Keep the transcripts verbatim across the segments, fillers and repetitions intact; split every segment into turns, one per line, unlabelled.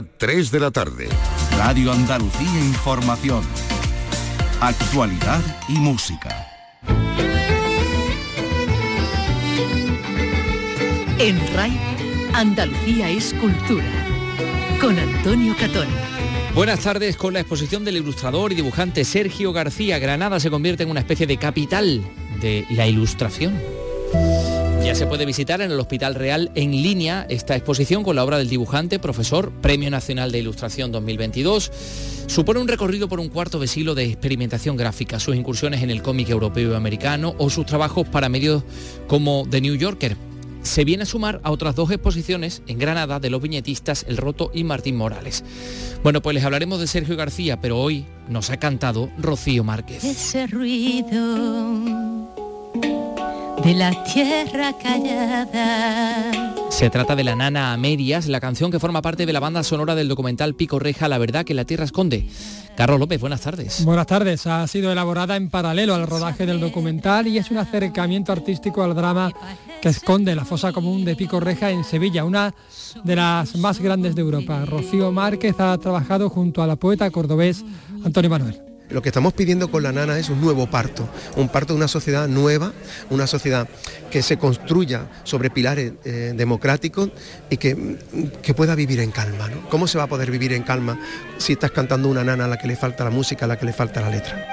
tres de la tarde.
Radio Andalucía Información. Actualidad y música.
En R A I, Andalucía es cultura. Con Antonio Catón.
Buenas tardes. Con la exposición del ilustrador y dibujante Sergio García, Granada se convierte en una especie de capital de la ilustración. Ya se puede visitar en el Hospital Real en línea esta exposición con la obra del dibujante, profesor, Premio Nacional de Ilustración dos mil veintidós. Supone un recorrido por un cuarto de siglo de experimentación gráfica, sus incursiones en el cómic europeo y americano o sus trabajos para medios como The New Yorker. Se viene a sumar a otras dos exposiciones en Granada de los viñetistas El Roto y Martín Morales. Bueno, pues les hablaremos de Sergio García, pero hoy nos ha cantado Rocío Márquez.
Ese ruido de la tierra callada.
Se trata de La Nana a Medias, la canción que forma parte de la banda sonora del documental Pico Reja, La verdad que la tierra esconde. Carlos López, buenas tardes.
Buenas tardes. Ha sido elaborada en paralelo al rodaje del documental y es un acercamiento artístico al drama que esconde la fosa común de Pico Reja en Sevilla, una de las más grandes de Europa. Rocío Márquez ha trabajado junto a la poeta cordobés Antonio Manuel.
Lo que estamos pidiendo con La Nana es un nuevo parto, un parto de una sociedad nueva, una sociedad que se construya sobre pilares eh, democráticos y que, que pueda vivir en calma, ¿no? ¿Cómo se va a poder vivir en calma si estás cantando una nana a la que le falta la música, a la que le falta la letra?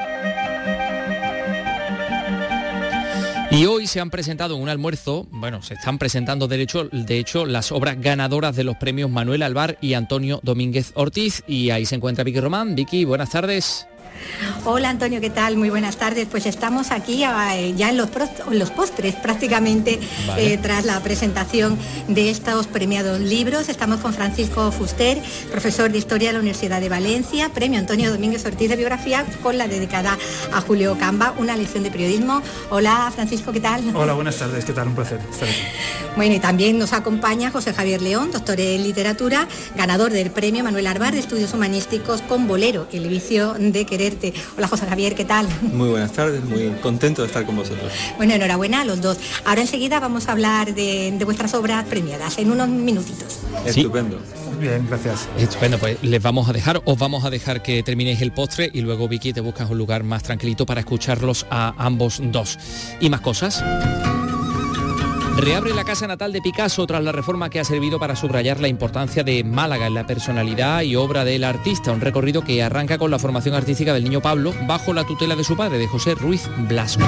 Y hoy se han presentado en un almuerzo, bueno, se están presentando de hecho, de hecho las obras ganadoras de los premios Manuel Alvar y Antonio Domínguez Ortiz, y ahí se encuentra Vicky Román. Vicky, buenas tardes.
Hola Antonio, ¿qué tal? Muy buenas tardes. Pues estamos aquí eh, ya en los, en los postres prácticamente, vale. eh, tras la presentación de estos premiados libros. Estamos con Francisco Fuster, profesor de Historia de la Universidad de Valencia, premio Antonio Domínguez Ortiz de Biografía, con la dedicada a Julio Camba, una lección de periodismo. Hola Francisco, ¿qué tal?
Hola, buenas tardes, ¿qué tal? Un placer estar aquí.
Bueno, y también nos acompaña José Javier León, doctor en literatura, ganador del premio Manuel Alvar de Estudios Humanísticos con Bolero, El vicio de quererte. Hola José Javier, ¿qué tal?
Muy buenas tardes, muy contento de estar con vosotros.
Bueno, enhorabuena a los dos. Ahora enseguida vamos a hablar de, de vuestras obras premiadas, en unos minutitos.
¿Sí? Estupendo. Bien, gracias.
Estupendo, pues les vamos a dejar, os vamos a dejar que terminéis el postre y luego Vicky te buscas un lugar más tranquilito para escucharlos a ambos dos. ¿Y más cosas? Reabre la casa natal de Picasso tras la reforma que ha servido para subrayar la importancia de Málaga en la personalidad y obra del artista, un recorrido que arranca con la formación artística del niño Pablo bajo la tutela de su padre, de José Ruiz Blasco.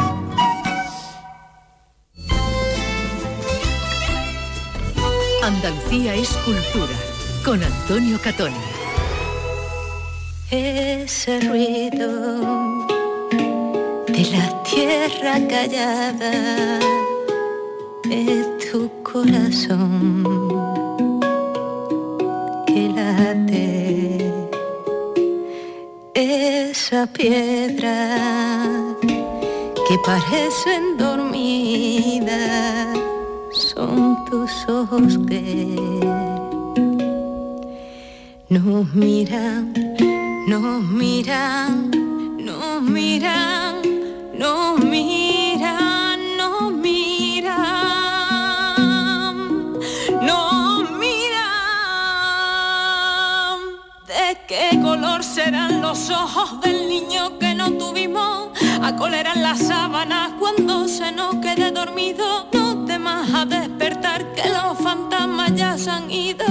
Andalucía es cultura, con Antonio Catón.
Ese ruido de la tierra callada de tu corazón que late, esa piedra que parecen dormidas son tus ojos que nos miran, nos miran, nos miran, nos miran, nos miran. ¿Qué color serán los ojos del niño que no tuvimos? ¿A cuál eran las sábanas cuando se nos quede dormido? No temas a despertar que los fantasmas ya se han ido.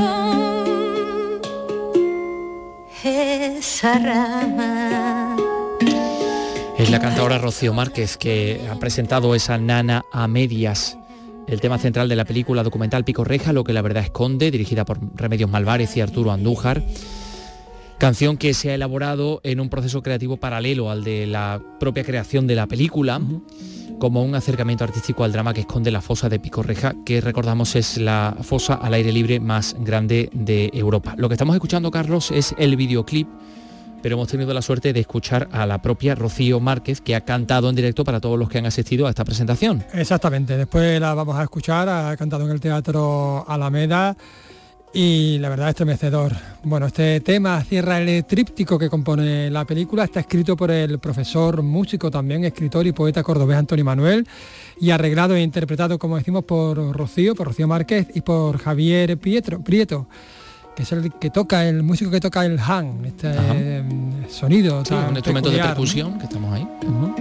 Esa rama.
Es la cantadora Rocío Márquez que ha presentado esa Nana a Medias, el tema central de la película documental Pico Reja, lo que la verdad esconde, dirigida por Remedios Malvarez y Arturo Andújar. Canción que se ha elaborado en un proceso creativo paralelo al de la propia creación de la película, uh-huh. como un acercamiento artístico al drama que esconde la fosa de Pico Reja, que recordamos es la fosa al aire libre más grande de Europa. Lo que estamos escuchando, Carlos, es el videoclip, pero hemos tenido la suerte de escuchar a la propia Rocío Márquez, que ha cantado en directo para todos los que han asistido a esta presentación.
Exactamente, después la vamos a escuchar, ha cantado en el Teatro Alameda, y la verdad es estremecedor. Bueno, este tema cierra el tríptico que compone la película, está escrito por el profesor, músico también, escritor y poeta cordobés Antonio Manuel, y arreglado e interpretado, como decimos, por Rocío, por Rocío Márquez y por Javier Pietro, Prieto, que es el que toca, el músico que toca el han, este eh, sonido.
Sí, un instrumento peculiar, de percusión, ¿no? Que estamos ahí. Uh-huh.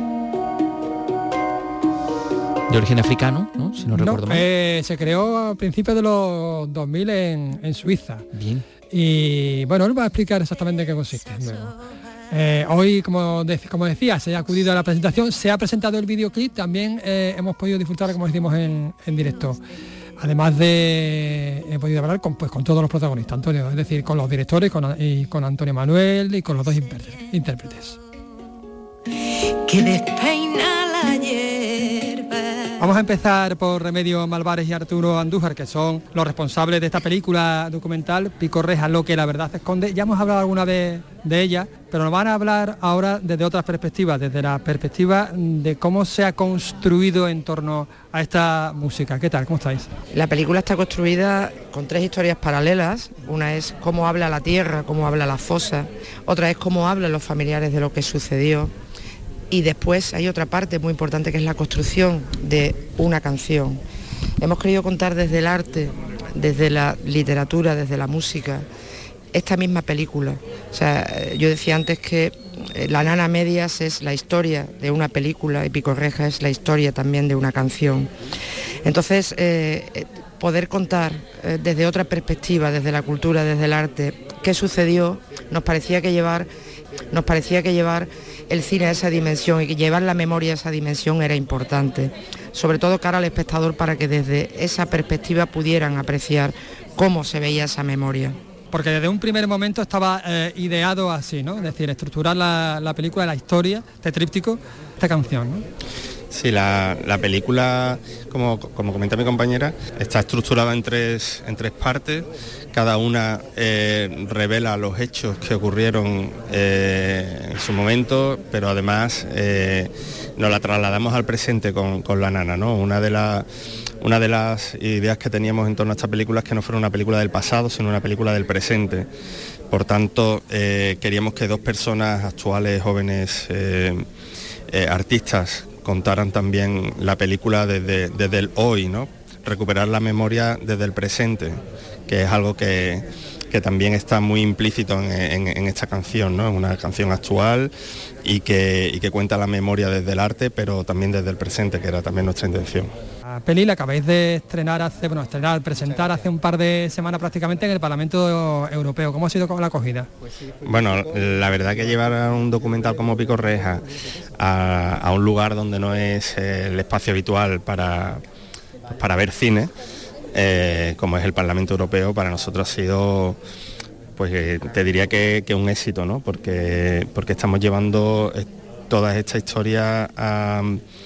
De origen africano, ¿no? Si no, no recuerdo mal.
Eh, se creó a principios de los dos mil en, en Suiza.
Bien.
Y bueno, él va a explicar exactamente qué consiste. Eh, hoy, como, de, como decía, se ha acudido a la presentación, se ha presentado el videoclip, también eh, hemos podido disfrutar, como decimos, en, en directo. Además de, he podido hablar con, pues, con todos los protagonistas, Antonio, es decir, con los directores, con, y con Antonio Manuel y con los dos intérpretes.
Que despeina la hierba.
Vamos a empezar por Remedios Malvares y Arturo Andújar, que son los responsables de esta película documental Pico Reja, lo que la verdad se esconde. Ya hemos hablado alguna vez de ella, pero nos van a hablar ahora desde otras perspectivas, desde la perspectiva de cómo se ha construido en torno a esta música. ¿Qué tal? ¿Cómo estáis?
La película está construida con tres historias paralelas. Una es cómo habla la tierra, cómo habla la fosa. Otra es cómo hablan los familiares de lo que sucedió. Y después hay otra parte muy importante que es la construcción de una canción. Hemos querido contar desde el arte, desde la literatura, desde la música, esta misma película. O sea, yo decía antes que La nana a medias es la historia de una película y Pico Reja es la historia también de una canción. Entonces, eh, poder contar eh, desde otra perspectiva, desde la cultura, desde el arte, qué sucedió, nos parecía que llevar, nos parecía que llevar el cine a esa dimensión y que llevar la memoria a esa dimensión era importante, sobre todo cara al espectador, para que desde esa perspectiva pudieran apreciar cómo se veía esa memoria.
Porque desde un primer momento estaba eh, ideado así, ¿no? Es decir, estructurar la, la película, la historia, este tríptico, esta canción, ¿no?
Sí, la, la película, como, como comenta mi compañera, está estructurada en tres, en tres partes. Cada una eh, revela los hechos que ocurrieron eh, en su momento, pero además eh, nos la trasladamos al presente con, con la nana, ¿no? Una de, la, una de las ideas que teníamos en torno a esta película es que no fuera una película del pasado, sino una película del presente. Por tanto, eh, queríamos que dos personas actuales, jóvenes, eh, eh, artistas, contaran también la película desde, desde el hoy, ¿no? Recuperar la memoria desde el presente, que es algo que, que también está muy implícito en, en, en esta canción, ¿no? Es una canción actual y que, y que cuenta la memoria desde el arte, pero también desde el presente, que era también nuestra intención.
La peli la acabáis de estrenar hace, bueno, estrenar, presentar hace un par de semanas prácticamente en el Parlamento Europeo. ¿Cómo ha sido la acogida?
Bueno, la verdad que llevar a un documental como Pico Reja a, a un lugar donde no es el espacio habitual para, para ver cine, eh, como es el Parlamento Europeo, para nosotros ha sido, pues eh, te diría que, que un éxito, ¿no? Porque, porque estamos llevando toda esta historia a...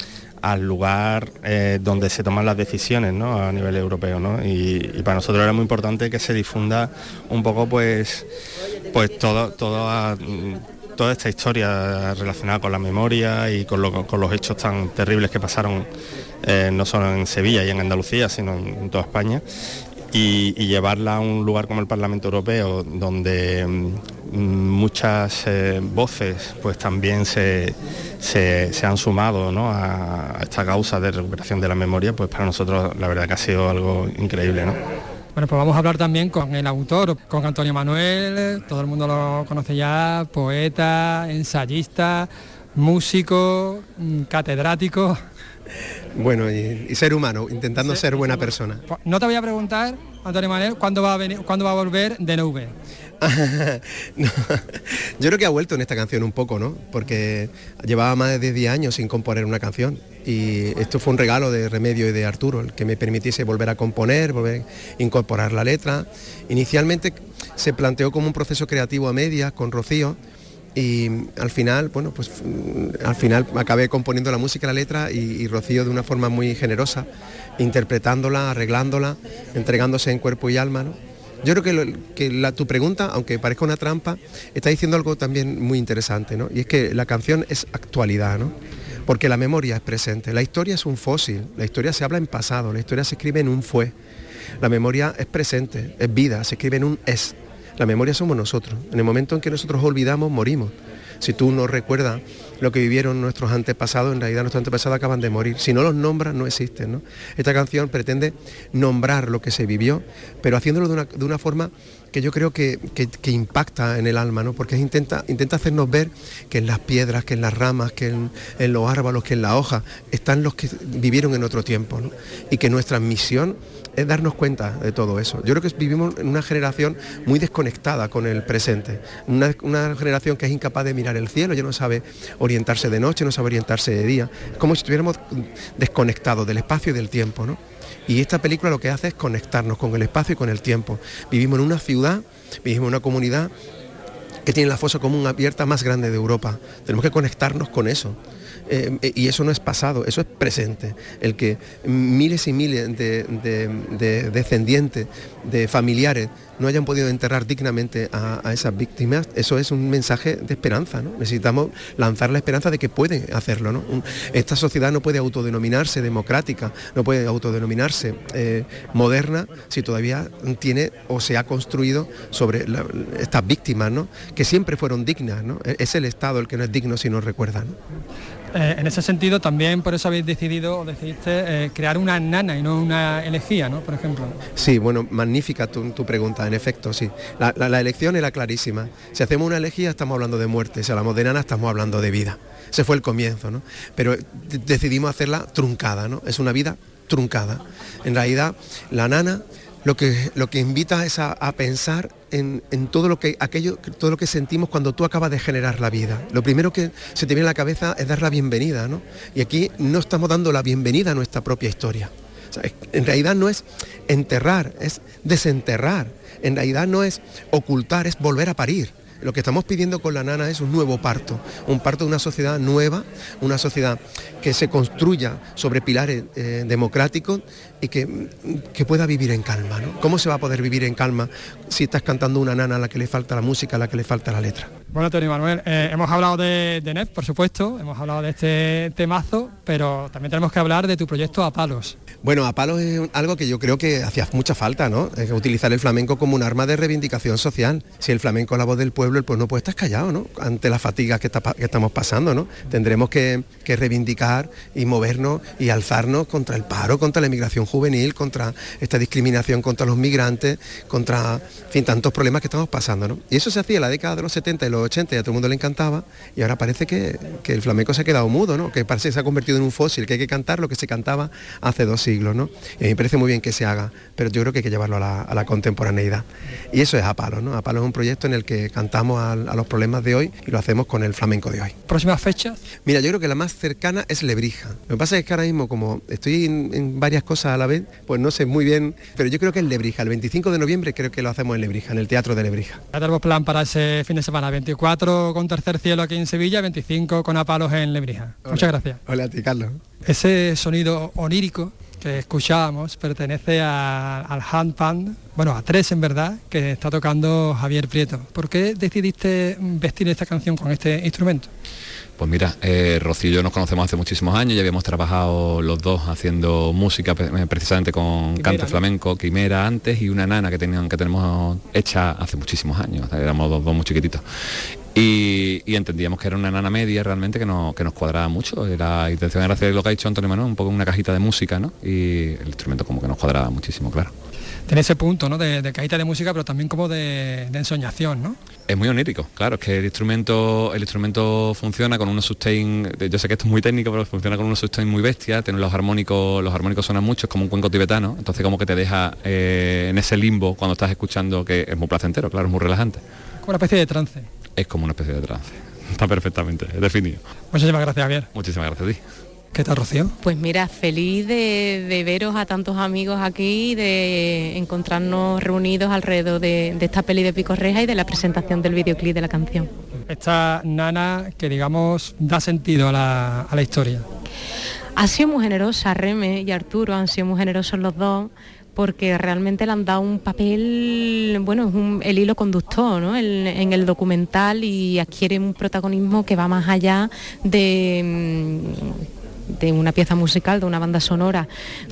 al lugar eh, donde se toman las decisiones, ¿no? A nivel europeo, ¿no? Y, y para nosotros era muy importante que se difunda un poco, pues, pues todo, todo a, toda esta historia relacionada con la memoria y con, lo, con los hechos tan terribles que pasaron eh, no solo en Sevilla y en Andalucía, sino en, en toda España. Y, y llevarla a un lugar como el Parlamento Europeo, donde mm, muchas eh, voces pues también se, se, se han sumado, ¿no? a, a esta causa de recuperación de la memoria, pues para nosotros la verdad que ha sido algo increíble, ¿no?
Bueno, pues vamos a hablar también con el autor, con Antonio Manuel, todo el mundo lo conoce ya, poeta, ensayista, músico, catedrático.
Bueno, y, y ser humano, intentando ser buena persona.
No te voy a preguntar, Antonio Manuel, ¿cuándo va a venir, cuándo va a volver D N V?
No, yo creo que ha vuelto en esta canción un poco, ¿no? Porque llevaba más de diez años sin componer una canción y esto fue un regalo de Remedio y de Arturo, el que me permitiese volver a componer, volver a incorporar la letra. Inicialmente se planteó como un proceso creativo a medias con Rocío, y al final, bueno, pues al final acabé componiendo la música y la letra y, y Rocío de una forma muy generosa, interpretándola, arreglándola, entregándose en cuerpo y alma, ¿no? Yo creo que, lo, que la, tu pregunta, aunque parezca una trampa, está diciendo algo también muy interesante, ¿no? Y es que la canción es actualidad, ¿no? Porque la memoria es presente, la historia es un fósil, la historia se habla en pasado, la historia se escribe en un fue, la memoria es presente, es vida, se escribe en un es. La memoria somos nosotros. En el momento en que nosotros olvidamos, morimos. Si tú no recuerdas lo que vivieron nuestros antepasados, en realidad nuestros antepasados acaban de morir. Si no los nombras, no existen, ¿no? Esta canción pretende nombrar lo que se vivió, pero haciéndolo de una, de una forma que yo creo que, que, que impacta en el alma, ¿no? Porque intenta, intenta hacernos ver que en las piedras, que en las ramas, que en, en los árboles, que en la hoja, están los que vivieron en otro tiempo, ¿no? Y que nuestra misión es darnos cuenta de todo eso. Yo creo que vivimos en una generación muy desconectada con el presente, una, una generación que es incapaz de mirar el cielo, ya no sabe orientarse de noche, no sabe orientarse de día, es como si estuviéramos desconectados del espacio y del tiempo, ¿no? Y esta película lo que hace es conectarnos con el espacio y con el tiempo. Vivimos en una ciudad, vivimos en una comunidad que tiene la fosa común abierta más grande de Europa. Tenemos que conectarnos con eso. Eh, y eso no es pasado, eso es presente. El que miles y miles de, de, de descendientes, de familiares, no hayan podido enterrar dignamente a, a esas víctimas, eso es un mensaje de esperanza, ¿no? Necesitamos lanzar la esperanza de que pueden hacerlo, ¿no? Un, esta sociedad no puede autodenominarse democrática, no puede autodenominarse eh, moderna si todavía tiene o se ha construido sobre la, estas víctimas, ¿no? Que siempre fueron dignas, ¿no? Es el Estado el que no es digno si no recuerda, ¿no?
Eh, en ese sentido, también por eso habéis decidido o decidiste eh, crear una nana y no una elegía, ¿no? Por ejemplo.
Sí, bueno, magnífica tu, tu pregunta, en efecto, sí. La, la, la elección era clarísima. Si hacemos una elegía estamos hablando de muerte, si hablamos de nana estamos hablando de vida. Ese fue el comienzo, ¿no? Pero decidimos hacerla truncada, ¿no? Es una vida truncada. En realidad, la nana lo que, lo que invita es a, a pensar en, en todo lo que aquello, todo lo que sentimos cuando tú acabas de generar la vida. Lo primero que se te viene a la cabeza es dar la bienvenida, ¿no? Y aquí no estamos dando la bienvenida a nuestra propia historia. O sea, en realidad no es enterrar, es desenterrar. En realidad no es ocultar, es volver a parir. Lo que estamos pidiendo con la nana es un nuevo parto, un parto de una sociedad nueva, una sociedad que se construya sobre pilares eh, democráticos y que, que pueda vivir en calma, ¿no? ¿Cómo se va a poder vivir en calma si estás cantando una nana a la que le falta la música, a la que le falta la letra?
Bueno, Antonio Manuel, eh, hemos hablado de, de N E F, por supuesto, hemos hablado de este temazo, pero también tenemos que hablar de tu proyecto A Palos.
Bueno, A Palos es algo que yo creo que hacía mucha falta, ¿no? Es utilizar el flamenco como un arma de reivindicación social. Si el flamenco es la voz del pueblo, el pueblo no puede estar callado, ¿no? Ante las fatigas que, está, que estamos pasando, ¿no? Tendremos que, que reivindicar y movernos y alzarnos contra el paro, contra la emigración juvenil, contra esta discriminación contra los migrantes, contra, en fin, tantos problemas que estamos pasando, ¿no? Y eso se hacía en la década de los setenta y los ochenta y a todo el mundo le encantaba, y ahora parece que, que el flamenco se ha quedado mudo, ¿no? Que parece que se ha convertido en un fósil, que hay que cantar lo que se cantaba hace dos siglos, ¿no? Y a mí me parece muy bien que se haga, pero yo creo que hay que llevarlo a la, a la contemporaneidad. Y eso es A Palos, ¿no? A Palos es un proyecto en el que cantamos a, a los problemas de hoy y lo hacemos con el flamenco de hoy.
¿Próximas fechas?
Mira, yo creo que la más cercana es Lebrija. Lo que pasa es que ahora mismo, como estoy en, en varias cosas a la vez, pues no sé muy bien, pero yo creo que es Lebrija. El veinticinco de noviembre creo que lo hacemos en Lebrija, en el Teatro de Lebrija.
Ya tenemos plan para ese fin de semana, veinticuatro con Tercer Cielo aquí en Sevilla, veinticinco con A Palos en Lebrija. Hola. Muchas gracias.
Hola a ti, Carlos.
Ese sonido onírico que escuchábamos pertenece a, al handpan, bueno, a tres en verdad, que está tocando Javier Prieto. ¿Por qué decidiste vestir esta canción con este instrumento?
Pues mira, eh, Rocío y yo nos conocemos hace muchísimos años, ya habíamos trabajado los dos haciendo música precisamente con Quimera, cante flamenco, ¿no? Quimera antes y una nana que, tenían, que tenemos hecha hace muchísimos años, éramos dos, dos muy chiquititos. Y, y entendíamos que era una nana media realmente que, no, que nos cuadraba mucho. La intención era hacer lo que ha dicho Antonio Manuel, un poco una cajita de música, ¿no? Y el instrumento como que nos cuadraba muchísimo, claro.
Tiene ese punto, ¿no? De, de cajita de música, pero también como de, de ensoñación, ¿no?
Es muy onírico, claro, es que el instrumento, el instrumento funciona con unos sustain, yo sé que esto es muy técnico, pero funciona con unos sustain muy bestias, tiene los armónicos, los armónicos suenan mucho, es como un cuenco tibetano, entonces como que te deja eh, en ese limbo cuando estás escuchando, que es muy placentero, claro, es muy relajante.
Como una especie de trance.
Es como una especie de trance, está perfectamente definido.
Muchísimas gracias, Javier.
Muchísimas gracias a ti.
¿Qué tal, Rocío?
Pues mira, feliz de, de veros a tantos amigos aquí, de encontrarnos reunidos alrededor de, de esta peli de Picorreja y de la presentación del videoclip de la canción.
Esta nana que, digamos, da sentido a la, a la historia.
Ha sido muy generosa, Reme y Arturo han sido muy generosos los dos, porque realmente le han dado un papel, bueno, es un, el hilo conductor, ¿no? El, en el documental, y adquiere un protagonismo que va más allá de... de una pieza musical, de una banda sonora.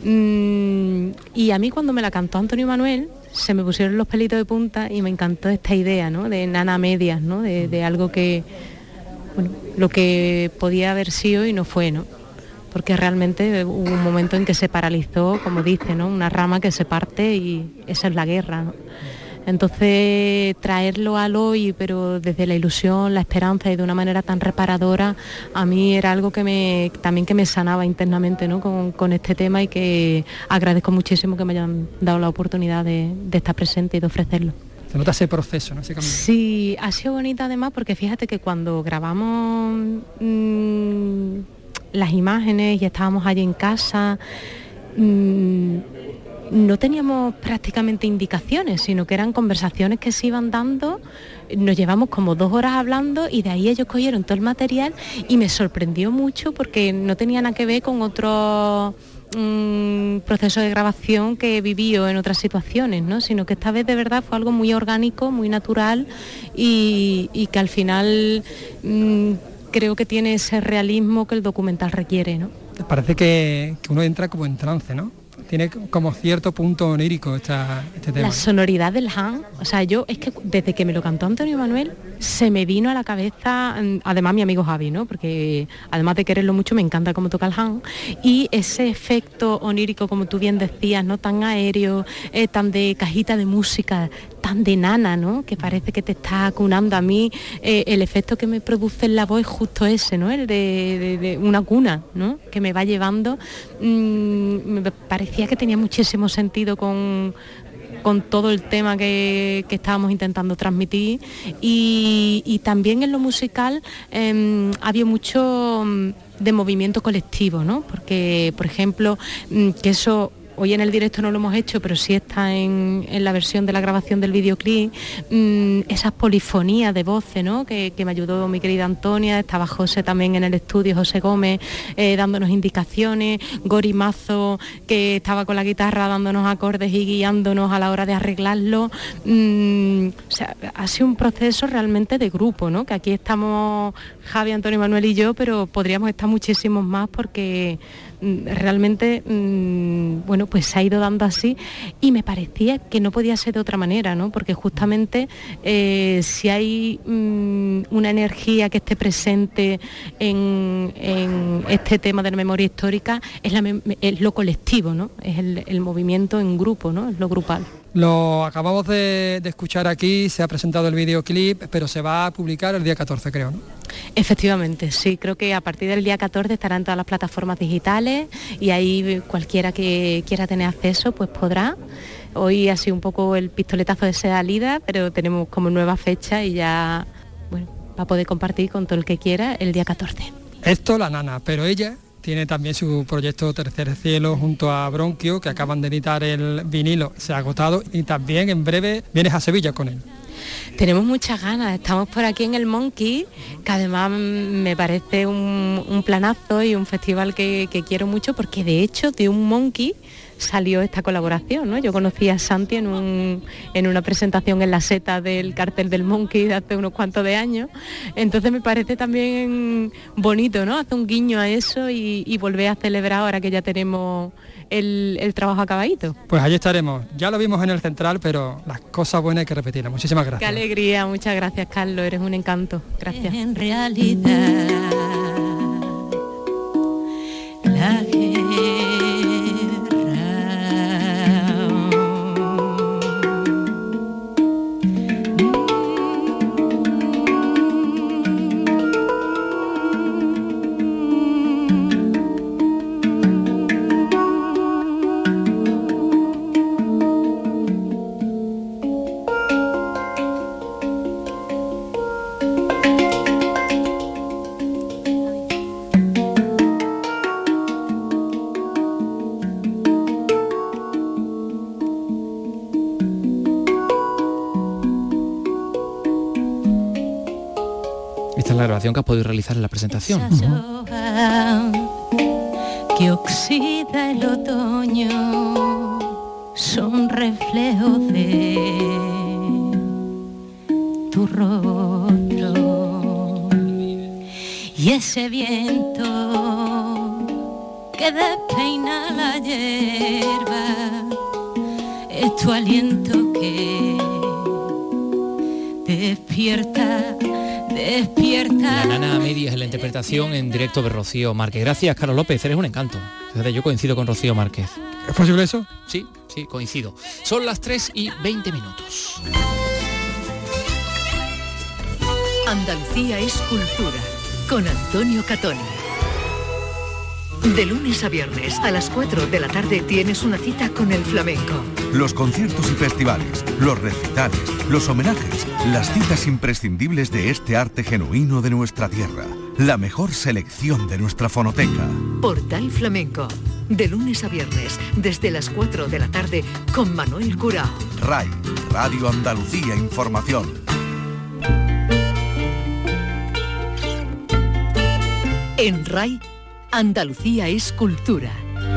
Mm, y a mí cuando me la cantó Antonio Manuel, se me pusieron los pelitos de punta y me encantó esta idea, ¿no? De nana a medias, ¿no? De, de algo que, bueno, lo que podía haber sido y no fue, ¿no? Porque realmente hubo un momento en que se paralizó, como dice, ¿no? Una rama que se parte y esa es la guerra, ¿no? Entonces traerlo al hoy, pero desde la ilusión, la esperanza y de una manera tan reparadora, a mí era algo que me también que me sanaba internamente, ¿no? con, con este tema, y que agradezco muchísimo que me hayan dado la oportunidad de, de estar presente y de ofrecerlo.
Se nota ese proceso, ¿no? Ese camino.
Sí, ha sido bonita además porque fíjate que cuando grabamos mmm, las imágenes y estábamos allí en casa, mmm, no teníamos prácticamente indicaciones, sino que eran conversaciones que se iban dando. Nos llevamos como dos horas hablando y de ahí ellos cogieron todo el material, y me sorprendió mucho porque no tenía nada que ver con otro un proceso de grabación que he vivido en otras situaciones, ¿no? Sino que esta vez de verdad fue algo muy orgánico, muy natural, y, y que al final mmm, creo que tiene ese realismo que el documental requiere, ¿no?
Parece que, que uno entra como en trance, ¿no? Tiene como cierto punto onírico esta, este tema.
La sonoridad del Han, o sea, yo es que desde que me lo cantó Antonio Manuel se me vino a la cabeza, además mi amigo Javi, ¿no? Porque además de quererlo mucho me encanta cómo toca el Han, y ese efecto onírico, como tú bien decías, ¿no? Tan aéreo, eh, tan de cajita de música, tan de nana, ¿no? Que parece que te está acunando. A mí eh, el efecto que me produce en la voz es justo ese, ¿no? El de, de, de una cuna, ¿no? Que me va llevando. Mmm, me parecía que tenía muchísimo sentido con, con todo el tema que, que estábamos intentando transmitir, y, y también en lo musical eh, había mucho de movimiento colectivo, ¿no? Porque, por ejemplo, que eso hoy en el directo no lo hemos hecho, pero sí está en, en la versión de la grabación del videoclip, mmm, esas polifonías de voces, ¿no? Que, que me ayudó mi querida Antonia, estaba José también en el estudio, José Gómez, eh, dándonos indicaciones, Gori Mazo, que estaba con la guitarra dándonos acordes y guiándonos a la hora de arreglarlo. Mmm, o sea, ha sido un proceso realmente de grupo, ¿no? Que aquí estamos Javi, Antonio Manuel y yo, pero podríamos estar muchísimos más porque realmente, mmm, bueno, pues se ha ido dando así, y me parecía que no podía ser de otra manera, ¿no? Porque justamente eh, si hay mmm, una energía que esté presente en, en este tema de la memoria histórica, es, la, es lo colectivo, ¿no? Es el, el movimiento en grupo, ¿no? Es lo grupal.
Lo acabamos de, de escuchar aquí, se ha presentado el videoclip, pero se va a publicar el día catorce, creo, ¿no?
Efectivamente, sí, creo que a partir del día catorce estará en todas las plataformas digitales, y ahí cualquiera que quiera tener acceso pues podrá. Hoy ha sido un poco el pistoletazo de salida, pero tenemos como nueva fecha y ya, bueno, va a poder compartir con todo el que quiera el día catorce.
Esto la nana, pero ella tiene también su proyecto Tercer Cielo junto a Bronquio, que acaban de editar el vinilo, se ha agotado, y también en breve vienes a Sevilla con él.
Tenemos muchas ganas, estamos por aquí en el Monkey, que además me parece un, un planazo y un festival que, que quiero mucho, porque de hecho de un Monkey salió esta colaboración, ¿no? Yo conocí a Santi en, un, en una presentación en la seta del cartel del Monkey de hace unos cuantos de años, entonces me parece también bonito, ¿no? Hace un guiño a eso y, y volver a celebrar ahora que ya tenemos el, el trabajo acabadito.
Pues allí estaremos, ya lo vimos en el Central, pero las cosas buenas hay que repetirlas. Muchísimas gracias.
Qué alegría, muchas gracias, Carlos, eres un encanto. Gracias.
En realidad, la
La grabación que has podido realizar en la presentación.
Uh-huh. Que oxida el otoño son reflejos de tu rostro, y ese viento que despeina la hierba es tu aliento que despierta. Despierta.
La nana a medias en la interpretación en directo de Rocío Márquez. Gracias, Carlos López, eres un encanto. Fíjate, yo coincido con Rocío Márquez.
¿Es posible eso?
Sí. sí, coincido. Son las tres y veinte minutos.
Andalucía es cultura, con Antonio Catoni. De lunes a viernes a las cuatro de la tarde tienes una cita con el flamenco.
Los conciertos y festivales, los recitales, los homenajes, las citas imprescindibles de este arte genuino de nuestra tierra. La mejor selección de nuestra fonoteca.
Portal Flamenco. De lunes a viernes, desde las cuatro de la tarde, con Manuel Curao.
R A I, Radio Andalucía Información.
En R A I, Andalucía es cultura.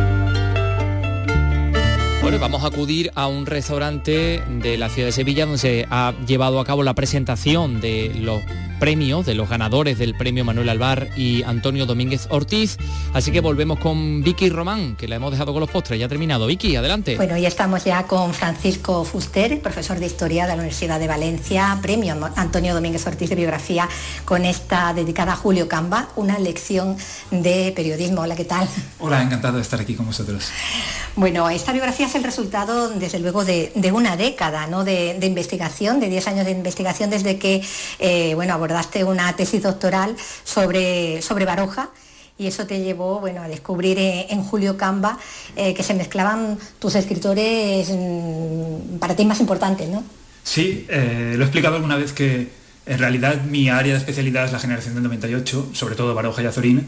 Bueno, vamos a acudir a un restaurante de la ciudad de Sevilla donde se ha llevado a cabo la presentación de los premios, de los ganadores del premio Manuel Alvar y Antonio Domínguez Ortiz. Así que volvemos con Vicky Román, que la hemos dejado con los postres. Ya ha terminado. Vicky, adelante.
Bueno, ya estamos ya con Francisco Fuster, profesor de Historia de la Universidad de Valencia, premio Antonio Domínguez Ortiz de Biografía, con esta dedicada a Julio Camba, una lección de periodismo. Hola, ¿qué tal?
Hola, encantado de estar aquí con vosotros.
Bueno, esta biografía es el resultado, desde luego, de, de una década, ¿no?, de, de investigación, de diez años de investigación, desde que, eh, bueno, abordaste una tesis doctoral sobre, sobre Baroja, y eso te llevó, bueno, a descubrir eh, en Julio Camba eh, que se mezclaban tus escritores mmm, para ti más importantes, ¿no?
Sí, eh, lo he explicado alguna vez que en realidad mi área de especialidad es la generación del noventa y ocho, sobre todo Baroja y Azorín,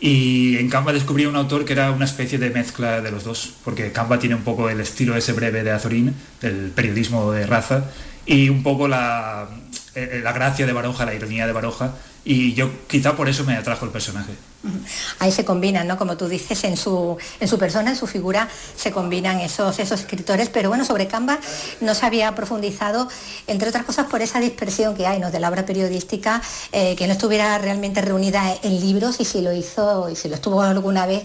y en Camba descubrí un autor que era una especie de mezcla de los dos, porque Camba tiene un poco el estilo ese breve de Azorín, del periodismo de raza, y un poco la, la gracia de Baroja, la ironía de Baroja, y yo quizá por eso me atrajo el personaje.
Ahí se combinan, ¿no? Como tú dices, en su, en su persona, en su figura, se combinan esos, esos escritores, pero bueno, sobre Camba no se había profundizado, entre otras cosas por esa dispersión que hay, ¿no?, de la obra periodística, eh, que no estuviera realmente reunida en libros, y si lo hizo, y si lo estuvo alguna vez,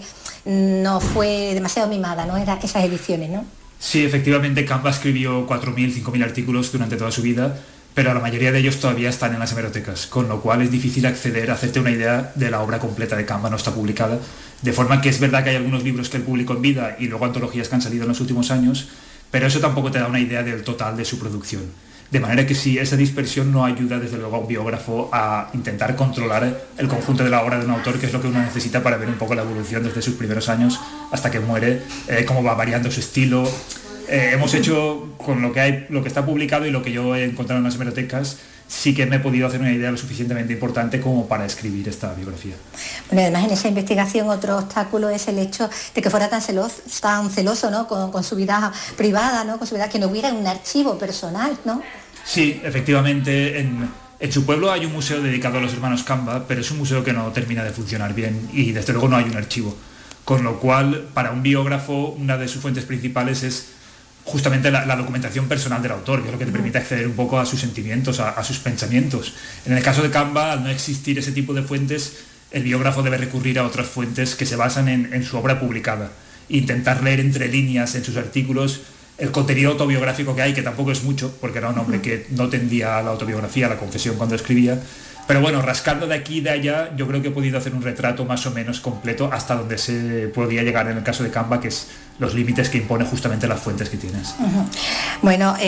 no fue demasiado mimada, ¿no?, era esas ediciones, ¿no?
Sí, efectivamente, Camba escribió cuatro mil, cinco mil artículos durante toda su vida, pero la mayoría de ellos todavía están en las hemerotecas, con lo cual es difícil acceder a hacerte una idea de la obra completa de Camba, no está publicada, de forma que es verdad que hay algunos libros que él publicó en vida y luego antologías que han salido en los últimos años, pero eso tampoco te da una idea del total de su producción. De manera que sí, esa dispersión no ayuda desde luego a un biógrafo a intentar controlar el conjunto de la obra de un autor, que es lo que uno necesita para ver un poco la evolución desde sus primeros años hasta que muere, eh, cómo va variando su estilo. Eh, hemos hecho con lo que hay, lo que está publicado y lo que yo he encontrado en las hemerotecas, sí que me he podido hacer una idea lo suficientemente importante como para escribir esta biografía.
Bueno, además en esa investigación otro obstáculo es el hecho de que fuera tan celoso, tan celoso, ¿no?, con, con su vida privada, ¿no?, con su vida, que no hubiera un archivo personal, ¿no?
Sí, efectivamente, en, en su pueblo hay un museo dedicado a los hermanos Camba, pero es un museo que no termina de funcionar bien y desde luego no hay un archivo. Con lo cual, para un biógrafo, una de sus fuentes principales es justamente la, la documentación personal del autor, que es lo que te permite acceder un poco a sus sentimientos, a, a sus pensamientos. En el caso de Camba, al no existir ese tipo de fuentes, el biógrafo debe recurrir a otras fuentes que se basan en, en su obra publicada. Intentar leer entre líneas en sus artículos el contenido autobiográfico que hay, que tampoco es mucho, porque era un hombre que no tendía a la autobiografía, a la confesión cuando escribía. Pero bueno, rascando de aquí y de allá, yo creo que he podido hacer un retrato más o menos completo hasta donde se podía llegar en el caso de Camba, que es los límites que impone justamente las fuentes que tienes.
Uh-huh. Bueno,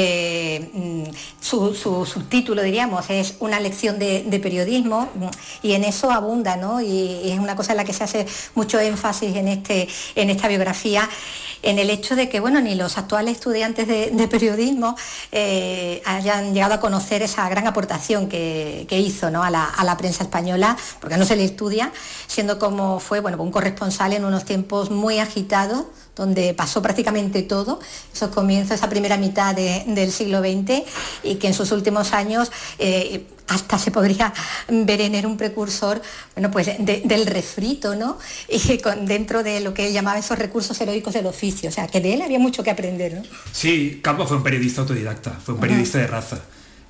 eh, su, su subtítulo, diríamos, es una lección de, de periodismo, y en eso abunda, ¿no? Y es una cosa en la que se hace mucho énfasis en, este, en esta biografía, en el hecho de que, bueno, ni los actuales estudiantes de, de periodismo eh, hayan llegado a conocer esa gran aportación que, que hizo, ¿no?, a la, a la prensa española, porque no se le estudia, siendo como fue, bueno, un corresponsal en unos tiempos muy agitados, donde pasó prácticamente todo, esos comienzos, esa primera mitad de, del siglo veinte, y que en sus últimos años eh, hasta se podría ver en él un precursor, bueno, pues de, del refrito, ¿no?, y con, dentro de lo que él llamaba esos recursos heroicos del oficio, o sea, que de él había mucho que aprender, ¿no?
Sí, Camba fue un periodista autodidacta, fue un periodista uh-huh. de raza.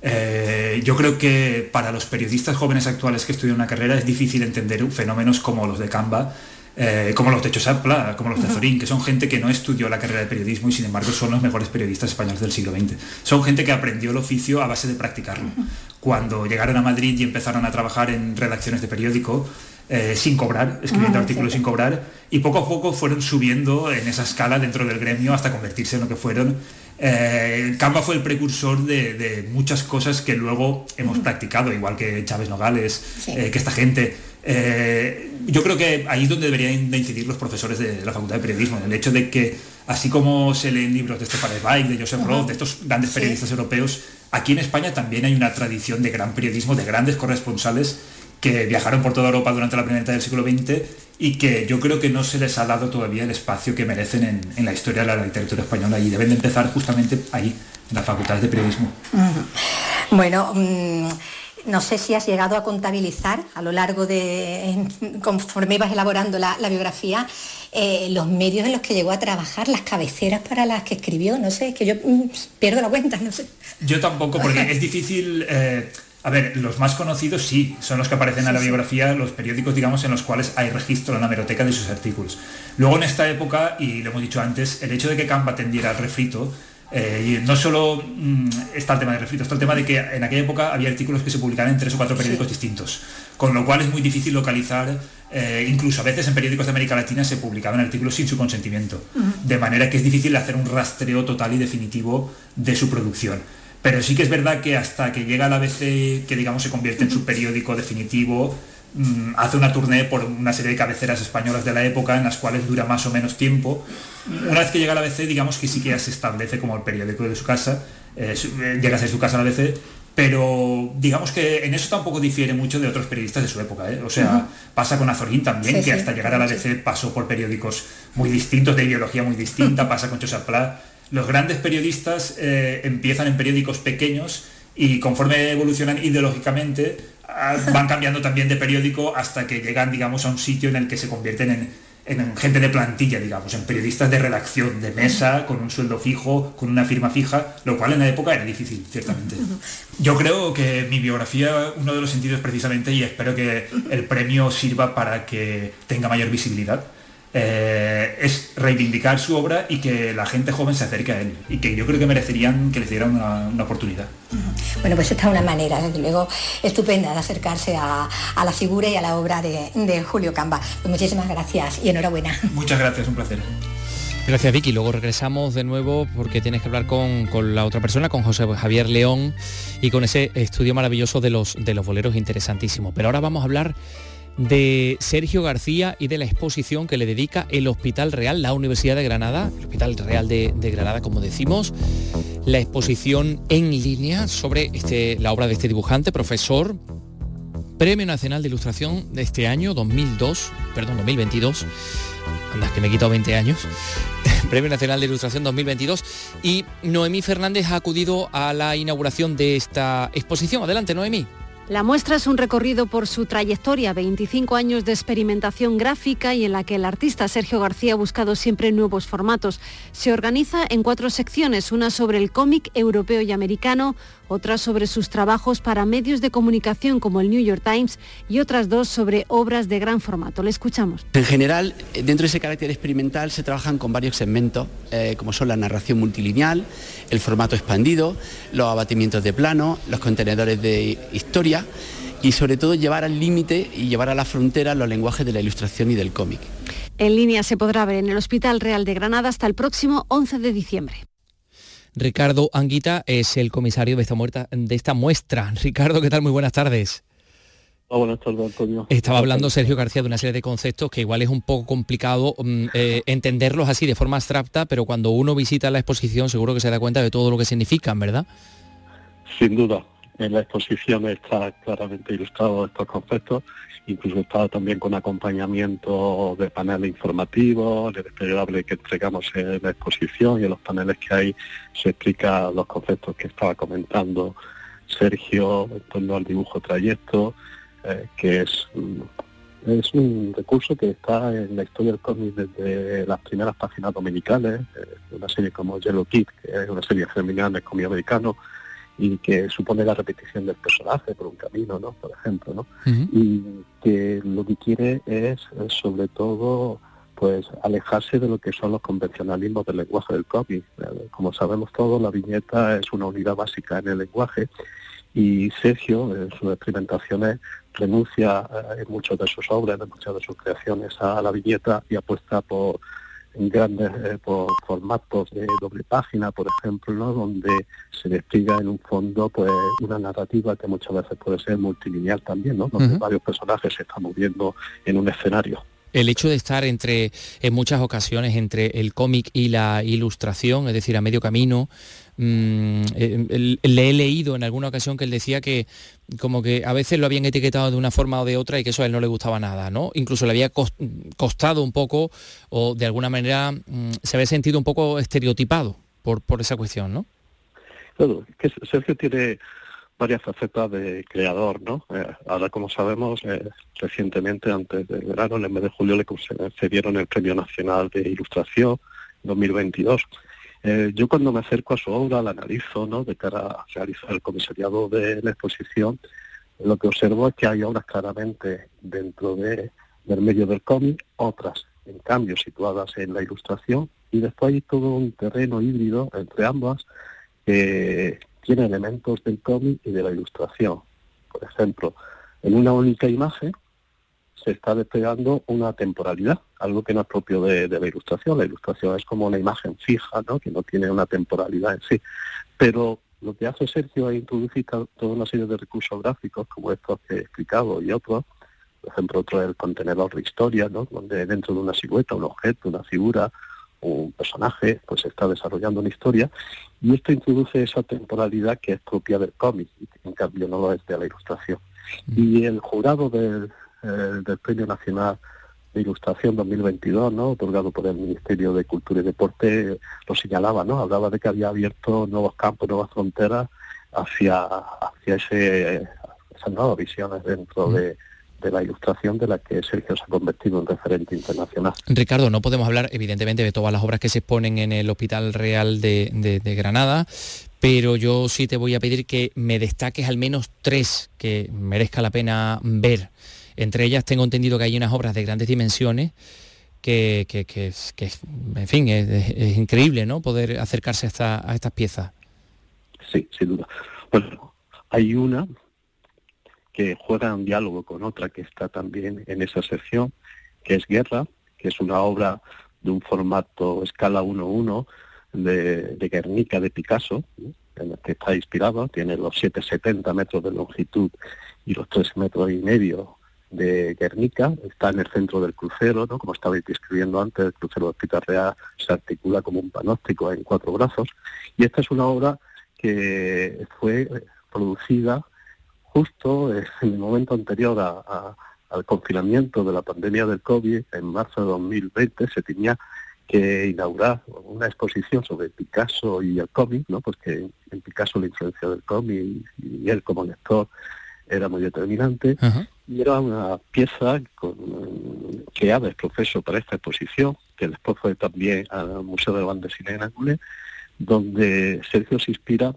Eh, yo creo que para los periodistas jóvenes actuales que estudian una carrera es difícil entender fenómenos como los de Camba, Eh, como los de Chosapla, como los de Azorín, que son gente que no estudió la carrera de periodismo y sin embargo son los mejores periodistas españoles del siglo veinte. Son gente que aprendió el oficio a base de practicarlo. Cuando llegaron a Madrid y empezaron a trabajar en redacciones de periódico, eh, sin cobrar, escribiendo
Ah,
artículos
sí.
sin cobrar, y poco a poco fueron subiendo en esa escala dentro del gremio hasta convertirse en lo que fueron. Eh, Canva fue el precursor de, de muchas cosas que luego hemos uh-huh. practicado, igual que Chávez Nogales, sí. eh, que esta gente. Eh, yo creo que ahí es donde deberían de incidir los profesores de la Facultad de Periodismo, en el hecho de que, así como se leen libros de Stefan Zweig, de Joseph uh-huh. Roth, de estos grandes periodistas sí. europeos, aquí en España también hay una tradición de gran periodismo, de grandes corresponsales que viajaron por toda Europa durante la primera mitad del siglo veinte y que yo creo que no se les ha dado todavía el espacio que merecen en, en la historia de la literatura española, y deben de empezar justamente ahí, en las facultades de periodismo.
Uh-huh. Bueno, mmm, no sé si has llegado a contabilizar a lo largo de, conforme ibas elaborando la, la biografía, eh, los medios en los que llegó a trabajar, las cabeceras para las que escribió, no sé, es que yo mmm, pierdo la cuenta, no sé.
Yo tampoco, porque es difícil... Eh, A ver, los más conocidos sí, son los que aparecen sí, en la biografía, sí. los periódicos, digamos, en los cuales hay registro en la hemeroteca de sus artículos. Luego en esta época, y lo hemos dicho antes, el hecho de que Canva tendiera al refrito, eh, y no solo mmm, está el tema del refrito, está el tema de que en aquella época había artículos que se publicaban en tres o cuatro periódicos sí. distintos, con lo cual es muy difícil localizar, eh, incluso a veces en periódicos de América Latina se publicaban artículos sin su consentimiento, uh-huh. de manera que es difícil hacer un rastreo total y definitivo de su producción. Pero sí que es verdad que hasta que llega la A B C, que digamos se convierte en su periódico definitivo, mmm, hace una tournée por una serie de cabeceras españolas de la época en las cuales dura más o menos tiempo. Una vez que llega a la A B C, digamos que sí que ya se establece como el periódico de su casa, eh, llega a ser su casa la A B C, pero digamos que en eso tampoco difiere mucho de otros periodistas de su época, ¿eh? O sea, uh-huh. pasa con Azorín también, sí, que sí, hasta llegar a la A B C pasó por periódicos muy distintos, de ideología muy distinta, pasa con Josep Pla. Los grandes periodistas eh, empiezan en periódicos pequeños y conforme evolucionan ideológicamente van cambiando también de periódico hasta que llegan, digamos, a un sitio en el que se convierten en, en gente de plantilla, digamos, en periodistas de redacción, de mesa, con un sueldo fijo, con una firma fija, lo cual en la época era difícil, ciertamente. Yo creo que mi biografía, uno de los sentidos precisamente, y espero que el premio sirva para que tenga mayor visibilidad, Eh, es reivindicar su obra y que la gente joven se acerque a él, y que yo creo que merecerían que les dieran una, una oportunidad.
Bueno, pues esta es una manera, desde luego, estupenda de acercarse a, a la figura y a la obra de, de Julio Canva. Pues muchísimas gracias y enhorabuena.
Muchas gracias, un placer.
Gracias, Vicky. Luego regresamos de nuevo porque tienes que hablar con, con la otra persona, con José Javier León, y con ese estudio maravilloso de los, de los boleros, interesantísimo. Pero ahora vamos a hablar de Sergio García y de la exposición que le dedica el Hospital Real, la Universidad de Granada, el Hospital Real de, de Granada, como decimos, la exposición en línea sobre este, la obra de este dibujante, profesor, Premio Nacional de Ilustración de este año, dos mil dos, perdón, dos mil veintidós, anda, que me he quitado veinte años, Premio Nacional de Ilustración dos mil veintidós, y Noemí Fernández ha acudido a la inauguración de esta exposición. Adelante, Noemí.
La muestra es un recorrido por su trayectoria, veinticinco años de experimentación gráfica y en la que el artista Sergio García ha buscado siempre nuevos formatos. Se organiza en cuatro secciones, una sobre el cómic europeo y americano, otra sobre sus trabajos para medios de comunicación como el New York Times y otras dos sobre obras de gran formato. Le escuchamos.
En general, dentro de ese carácter experimental se trabajan con varios segmentos, eh, como son la narración multilineal, el formato expandido, los abatimientos de plano, los contenedores de historia y sobre todo llevar al límite y llevar a la frontera los lenguajes de la ilustración y del cómic.
En línea se podrá ver en el Hospital Real de Granada hasta el próximo once de diciembre.
Ricardo Anguita es el comisario de esta, muerta, de esta muestra. Ricardo, ¿qué tal? Muy buenas tardes.
Oh, buenas tardes, Antonio.
Estaba hablando Sergio García de una serie de conceptos que igual es un poco complicado eh, entenderlos así de forma abstracta, pero cuando uno visita la exposición seguro que se da cuenta de todo lo que significan, ¿verdad?
Sin duda. En la exposición está claramente ilustrado estos conceptos, incluso está también con acompañamiento de paneles informativos, de desplegable que entregamos en la exposición, y en los paneles que hay se explica los conceptos que estaba comentando Sergio en torno al dibujo trayecto, eh, que es, es un recurso que está en la historia del cómic desde las primeras páginas dominicales, eh, una serie como Yellow Kid, que es una serie femenina de cómic americano, y que supone la repetición del personaje por un camino, ¿no? Por ejemplo, ¿no? Uh-huh. Y que lo que quiere es, sobre todo, pues alejarse de lo que son los convencionalismos del lenguaje del cómic. Como sabemos todos, la viñeta es una unidad básica en el lenguaje, y Sergio, en sus experimentaciones, renuncia eh, en muchas de sus obras, en muchas de sus creaciones a la viñeta y apuesta por grandes eh, por formatos de doble página, por ejemplo, ¿no? Donde se despliega en un fondo pues una narrativa que muchas veces puede ser multilineal también, ¿no? Donde uh-huh. varios personajes se están moviendo en un escenario.
El hecho de estar entre, en muchas ocasiones, entre el cómic y la ilustración, es decir, a medio camino, mmm, eh, le he leído en alguna ocasión que él decía que como que a veces lo habían etiquetado de una forma o de otra y que eso a él no le gustaba nada, ¿no? Incluso le había costado un poco, o de alguna manera mmm, se había sentido un poco estereotipado por, por esa cuestión, ¿no?
Claro, es que Sergio tiene varias facetas de creador, ¿no? Eh, ahora, como sabemos, eh, recientemente, antes del verano, en el mes de julio, le concedieron el Premio Nacional de Ilustración dos mil veintidós. Eh, yo cuando me acerco a su obra, la analizo, ¿no? De cara a realizar el comisariado de la exposición, lo que observo es que hay obras claramente dentro de, del medio del cómic, otras, en cambio, situadas en la ilustración, y después hay todo un terreno híbrido entre ambas que tiene elementos del cómic y de la ilustración. Por ejemplo, en una única imagen se está desplegando una temporalidad, algo que no es propio de, de la ilustración. La ilustración es como una imagen fija, ¿no? Que no tiene una temporalidad en sí. Pero lo que hace Sergio es introducir toda una serie de recursos gráficos, como estos que he explicado y otros. Por ejemplo, otro es el contenedor de historia, ¿no? Donde dentro de una silueta, un objeto, una figura, un personaje, pues se está desarrollando una historia, y esto introduce esa temporalidad que es propia del cómic, y que en cambio no lo es de la ilustración. Mm. Y el jurado del, eh, del Premio Nacional de Ilustración dos mil veintidós, ¿no? Otorgado por el Ministerio de Cultura y Deporte, lo señalaba, ¿no? Hablaba de que había abierto nuevos campos, nuevas fronteras hacia, hacia ese, esas nuevas visiones dentro mm. de de la ilustración, de la que Sergio se ha convertido en referente internacional.
Ricardo, no podemos hablar evidentemente de todas las obras que se exponen en el Hospital Real de, de, de Granada, pero yo sí te voy a pedir que me destaques al menos tres que merezca la pena ver. Entre ellas tengo entendido que hay unas obras de grandes dimensiones que, que, que, es, que es, en fin, es, es increíble, ¿no? Poder acercarse a, esta, a estas piezas.
Sí, sin duda. Bueno, hay una que juega un diálogo con otra que está también en esa sección, que es Guerra, que es una obra de un formato escala uno uno de, de Guernica de Picasso, ¿no? En el que está inspirado, tiene los setecientos setenta metros de longitud y los tres metros y medio de Guernica, está en el centro del crucero, ¿no? Como estabais describiendo antes, el crucero del Hospital Real se articula como un panóptico en cuatro brazos, y esta es una obra que fue producida justo en el momento anterior a, a, al confinamiento de la pandemia del COVID. En marzo de dos mil veinte se tenía que inaugurar una exposición sobre Picasso y el cómic, ¿no? Porque en Picasso la influencia del cómic y, y él como lector era muy determinante. Uh-huh. Y era una pieza con, creada ex profeso para esta exposición, que después fue también al Museo de Banda de Cine en Ángules, donde Sergio se inspira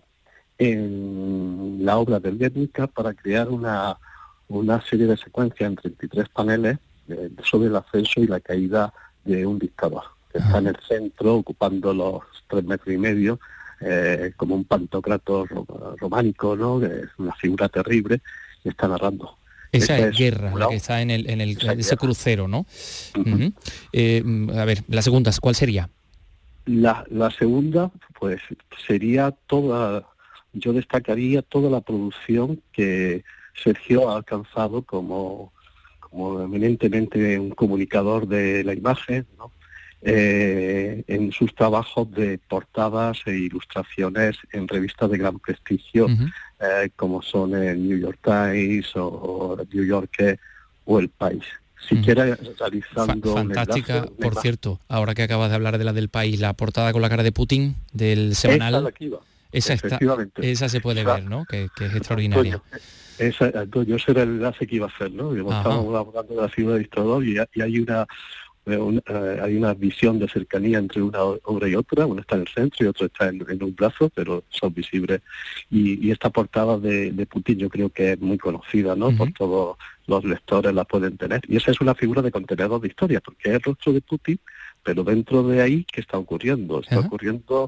en la obra del Guernica para crear una, una serie de secuencias en treinta y tres paneles eh, sobre el ascenso y la caída de un dictador, que está en el centro, ocupando los tres metros y medio, eh, como un pantocrator románico, ¿no? Que es una figura terrible, y está narrando.
Esa es, es Guerra, la que está en el en el ese guerra. Crucero, ¿no? Uh-huh. Uh-huh. Eh, a ver, la segunda, ¿cuál sería?
La, la segunda, pues, sería toda... Yo destacaría toda la producción que Sergio ha alcanzado como, como eminentemente un comunicador de la imagen, ¿no? Eh, en sus trabajos de portadas e ilustraciones en revistas de gran prestigio, uh-huh. eh, como son el New York Times o, o el New Yorker o El País. Siquiera uh-huh. realizando...
Fa- fantástica, un enlace, por enlace. Cierto, ahora que acabas de hablar de la del País, la portada con la cara de Putin del semanal...
Esa de aquí va.
Esa, está, esa se puede ver, ¿no? Que, que es extraordinaria.
Esa, Antonio, ese era el enlace que iba a hacer, ¿no? Estamos hablando de la figura de historiador y, y hay una, una uh, hay una visión de cercanía entre una obra y otra. Una está en el centro y otra está en, en un brazo, pero son visibles. Y, y esta portada de, de Putin yo creo que es muy conocida, ¿no? Uh-huh. Por todos los lectores la pueden tener. Y esa es una figura de contenedor de historia, porque es el rostro de Putin, pero dentro de ahí, ¿qué está ocurriendo? Está uh-huh. ocurriendo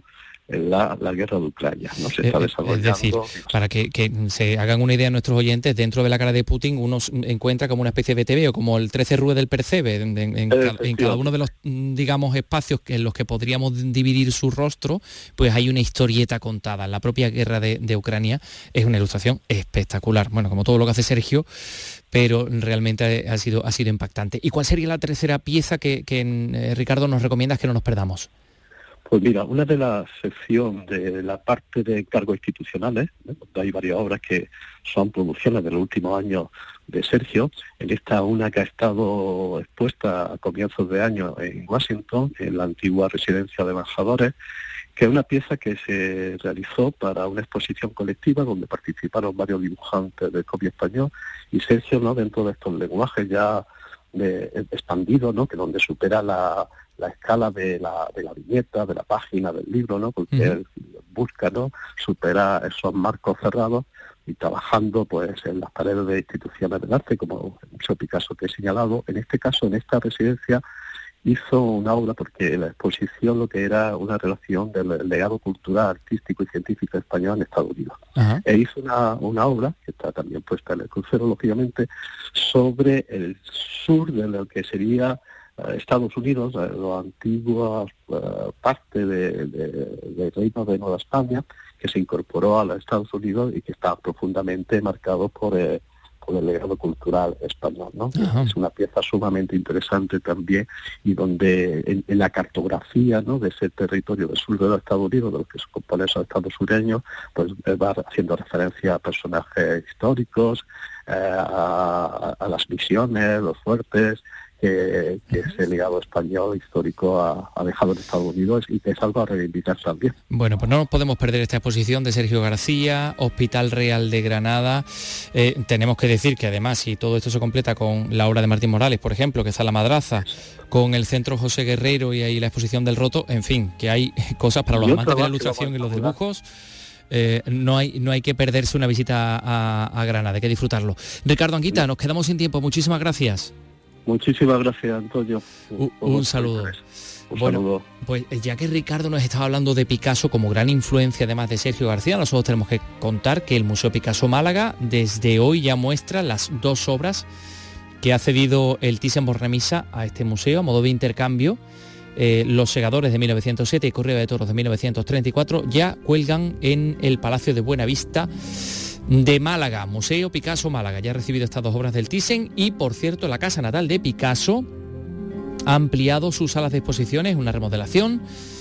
la, la guerra de Ucrania. No se está desarrollando.
Es decir, para que, que se hagan una idea nuestros oyentes, dentro de la cara de Putin uno encuentra como una especie de T V o como el trece Rue del Percebe, en, en, en, en cada uno de los, digamos, espacios en los que podríamos dividir su rostro, pues hay una historieta contada. La propia guerra de, de Ucrania es una ilustración espectacular. Bueno, como todo lo que hace Sergio, pero realmente ha sido, ha sido impactante. ¿Y cuál sería la tercera pieza que, que eh, Ricardo nos recomiendas que no nos perdamos?
Pues mira, una de las secciones de la parte de encargos institucionales, ¿eh? Hay varias obras que son producciones de los últimos años de Sergio. En esta una que ha estado expuesta a comienzos de año en Washington, en la antigua residencia de embajadores, que es una pieza que se realizó para una exposición colectiva donde participaron varios dibujantes del cómic español, y Sergio, ¿no?, dentro de estos lenguajes ya de, expandidos, ¿no?, que donde supera la, la escala de la, de la viñeta, de la página del libro, ¿no?, porque uh-huh. él busca, ¿no?, superar esos marcos cerrados y trabajando pues en las paredes de instituciones del arte, como el Museo Picasso que he señalado. En este caso, en esta residencia, hizo una obra, porque la exposición lo que era una relación del legado cultural, artístico y científico español en Estados Unidos. Uh-huh. E hizo una, una obra, que está también puesta en el crucero, lógicamente, sobre el sur de lo que sería uh, Estados Unidos, uh, la antigua uh, parte de, de, del Reino de Nueva España, que se incorporó a los Estados Unidos y que está profundamente marcado por... Eh, por el legado cultural español, ¿no? Uh-huh. Es una pieza sumamente interesante también, y donde en, en la cartografía, ¿no?, de ese territorio del sur de los Estados Unidos, de los que se componen esos estados sureños, pues va haciendo referencia a personajes históricos, eh, a, a las misiones, los fuertes, que, que uh-huh. ese legado español histórico ha, ha dejado en Estados Unidos, y que es algo a reivindicar también.
Bueno, pues no nos podemos perder esta exposición de Sergio García, Hospital Real de Granada. Eh, tenemos que decir que además, si todo esto se completa con la obra de Martín Morales, por ejemplo, que está La Madraza, con el Centro José Guerrero y ahí la exposición del Roto, en fin, que hay cosas para los amantes de la ilustración y los dibujos. Eh, no hay no hay que perderse una visita a, a Granada, hay que disfrutarlo. Ricardo Anguita, nos quedamos sin tiempo, muchísimas gracias.
Muchísimas gracias, Antonio.
Un, un saludo.
Un
bueno,
saludo.
Pues ya que Ricardo nos estaba hablando de Picasso como gran influencia, además de Sergio García, nosotros tenemos que contar que el Museo Picasso Málaga desde hoy ya muestra las dos obras que ha cedido el Thyssen-Bornemisza a este museo a modo de intercambio. Eh, Los Segadores de mil novecientos siete y Correo de Toros de mil novecientos treinta y cuatro ya cuelgan en el Palacio de Buenavista de Málaga. Museo Picasso Málaga ya ha recibido estas dos obras del Thyssen, y por cierto la casa natal de Picasso ha ampliado sus salas de exposiciones, una remodelación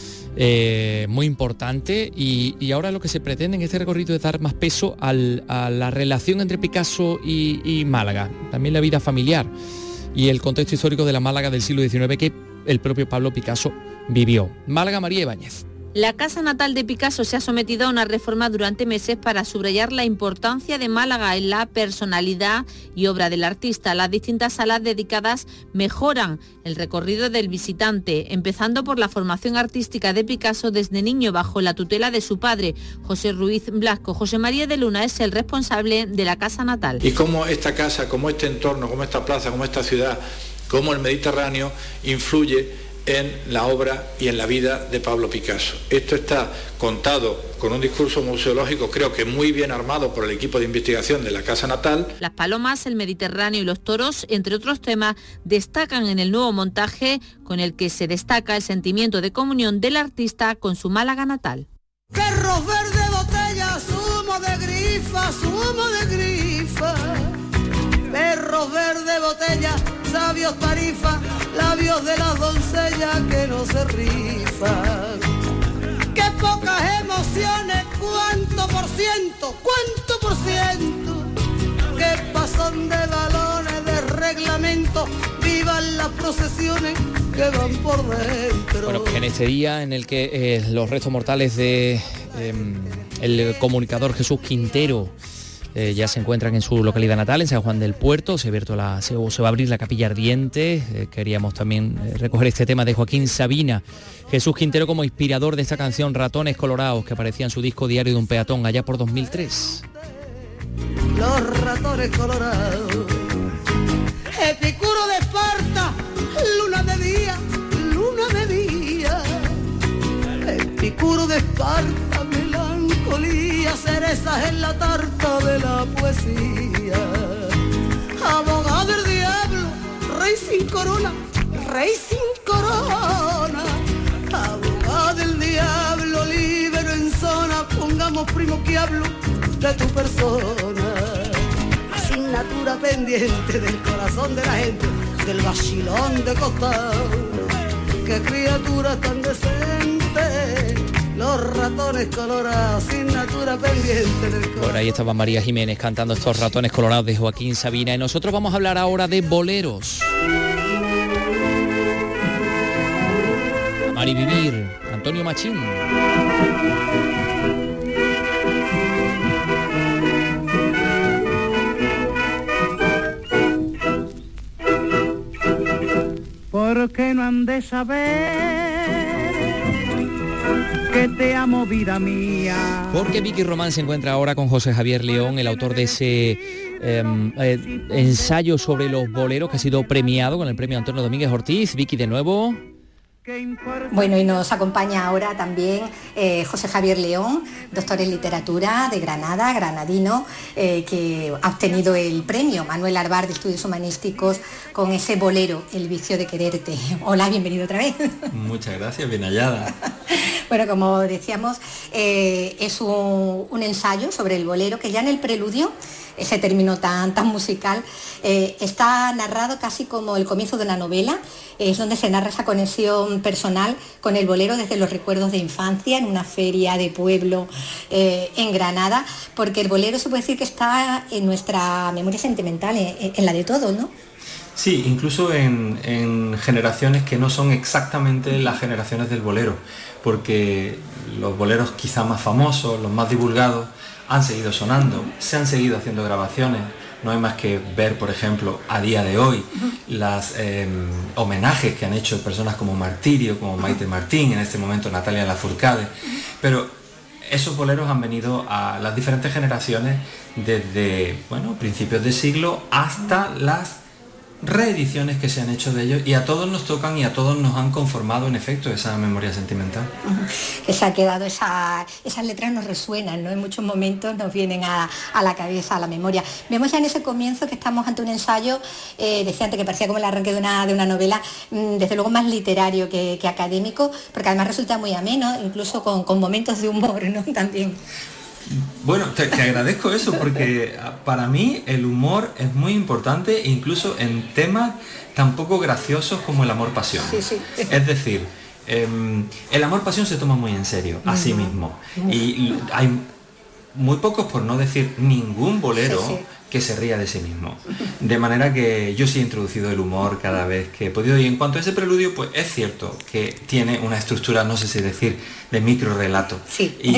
eh, muy importante, y, y ahora lo que se pretende en este recorrido es dar más peso al, a la relación entre Picasso y, y Málaga, también la vida familiar y el contexto histórico de la Málaga del siglo diecinueve que el propio Pablo Picasso vivió. Málaga, María Ibáñez.
La casa natal de Picasso se ha sometido a una reforma durante meses para subrayar la importancia de Málaga en la personalidad y obra del artista. Las distintas salas dedicadas mejoran el recorrido del visitante, empezando por la formación artística de Picasso desde niño bajo la tutela de su padre, José Ruiz Blasco. José María de Luna es el responsable de la casa natal.
Y cómo esta casa, como este entorno, como esta plaza, como esta ciudad, como el Mediterráneo influye en la obra y en la vida de Pablo Picasso. Esto está contado con un discurso museológico, creo que muy bien armado por el equipo de investigación de la Casa Natal.
Las palomas, el Mediterráneo y los toros, entre otros temas, destacan en el nuevo montaje, con el que se destaca el sentimiento de comunión del artista con su Málaga natal.
Perros verde botella, zumo de grifa, zumo de grifa. Perros verde botella, sabios tarifa, labios de las doncellas que no se rifan. Qué pocas emociones, cuánto por ciento, cuánto por ciento. Qué pasón de balones, de reglamento, vivan las procesiones que van por dentro.
Bueno, pues en este día en el que eh, los restos mortales de eh, el comunicador Jesús Quintero Eh, ya se encuentran en su localidad natal, en San Juan del Puerto. Se, abierto la, se, se va a abrir la capilla ardiente. Eh, queríamos también eh, recoger este tema de Joaquín Sabina. Jesús Quintero como inspirador de esta canción Ratones Colorados, que aparecía en su disco Diario de un Peatón allá por dos mil tres.
Los ratones colorados, Epicuro de Esparta, luna de día, luna de día. Epicuro de Esparta, carta, melancolía, cerezas en la tarta de la poesía. Abogado del diablo, rey sin corona, rey sin corona. Abogado del diablo, libero en zona, pongamos primo que hablo de tu persona. Asignatura pendiente del corazón de la gente, del vacilón de costado. Qué criatura tan decente, los ratones colorados, asignatura pendiente del corazón.
Por ahí estaba María Jiménez cantando estos Ratones Colorados de Joaquín Sabina. Y nosotros vamos a hablar ahora de boleros. Amar y vivir, Antonio Machín.
Porque no han de saber que te amo, vida mía.
Porque Vicky Román se encuentra ahora con José Javier León, el autor de ese eh, eh, ensayo sobre los boleros que ha sido premiado con el premio Antonio Domínguez Ortiz. Vicky, de nuevo.
Bueno, y nos acompaña ahora también eh, José Javier León, doctor en literatura de Granada, granadino, eh, que ha obtenido el premio Manuel Arbar de Estudios Humanísticos con ese bolero, El vicio de quererte. Hola, bienvenido otra vez.
Muchas gracias, bien hallada.
Bueno, como decíamos, eh, es un, un ensayo sobre el bolero que ya en el preludio, ese término tan, tan musical, eh, está narrado casi como el comienzo de una novela. Es donde se narra esa conexión personal con el bolero desde los recuerdos de infancia, en una feria de pueblo eh, en Granada, porque el bolero se puede decir que está en nuestra memoria sentimental, en, en la de todos, ¿no?
Sí, incluso en, en generaciones que no son exactamente las generaciones del bolero, porque los boleros quizá más famosos, los más divulgados, han seguido sonando, se han seguido haciendo grabaciones. No hay más que ver, por ejemplo, a día de hoy, las eh, homenajes que han hecho personas como Martirio, como Maite Martín, en este momento Natalia Lafourcade. Pero esos boleros han venido a las diferentes generaciones desde, bueno, principios de siglo hasta las reediciones que se han hecho de ellos, y a todos nos tocan y a todos nos han conformado en efecto esa memoria sentimental.
Que se ha quedado, esa, esas letras nos resuenan, ¿no? En muchos momentos nos vienen a, a la cabeza, a la memoria. Vemos ya en ese comienzo que estamos ante un ensayo, eh, decía antes que parecía como el arranque de una, de una novela, mmm, desde luego más literario que, que académico, porque además resulta muy ameno, incluso con, con momentos de humor, ¿no? También.
Bueno, te, te agradezco eso, porque para mí el humor es muy importante, incluso en temas tan poco graciosos como el amor-pasión.
Sí, sí.
Es decir, eh, el amor-pasión se toma muy en serio, a sí mismo. Y hay muy pocos, por no decir ningún bolero, sí, sí, que se ría de sí mismo. De manera que yo sí he introducido el humor cada vez que he podido. Y en cuanto a ese preludio, pues es cierto que tiene una estructura, no sé si decir, de micro relato.
Sí.
Y,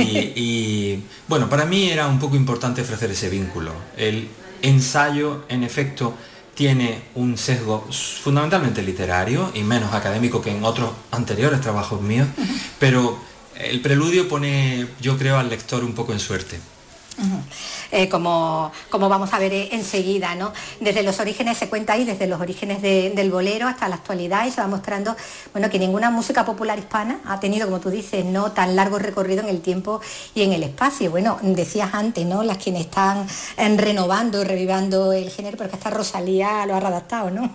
y bueno, para mí era un poco importante ofrecer ese vínculo. El ensayo, en efecto, tiene un sesgo fundamentalmente literario y menos académico que en otros anteriores trabajos míos, pero el preludio pone, yo creo, al lector un poco en suerte.
Uh-huh. Eh, como, como vamos a ver eh, enseguida, ¿no? Desde los orígenes se cuenta ahí, desde los orígenes de, del bolero hasta la actualidad, y se va mostrando, bueno, que ninguna música popular hispana ha tenido, como tú dices, no tan largo recorrido en el tiempo y en el espacio. Bueno, decías antes, ¿no? Las quienes están eh, renovando, revivando el género, pero que hasta Rosalía lo ha redactado, ¿no?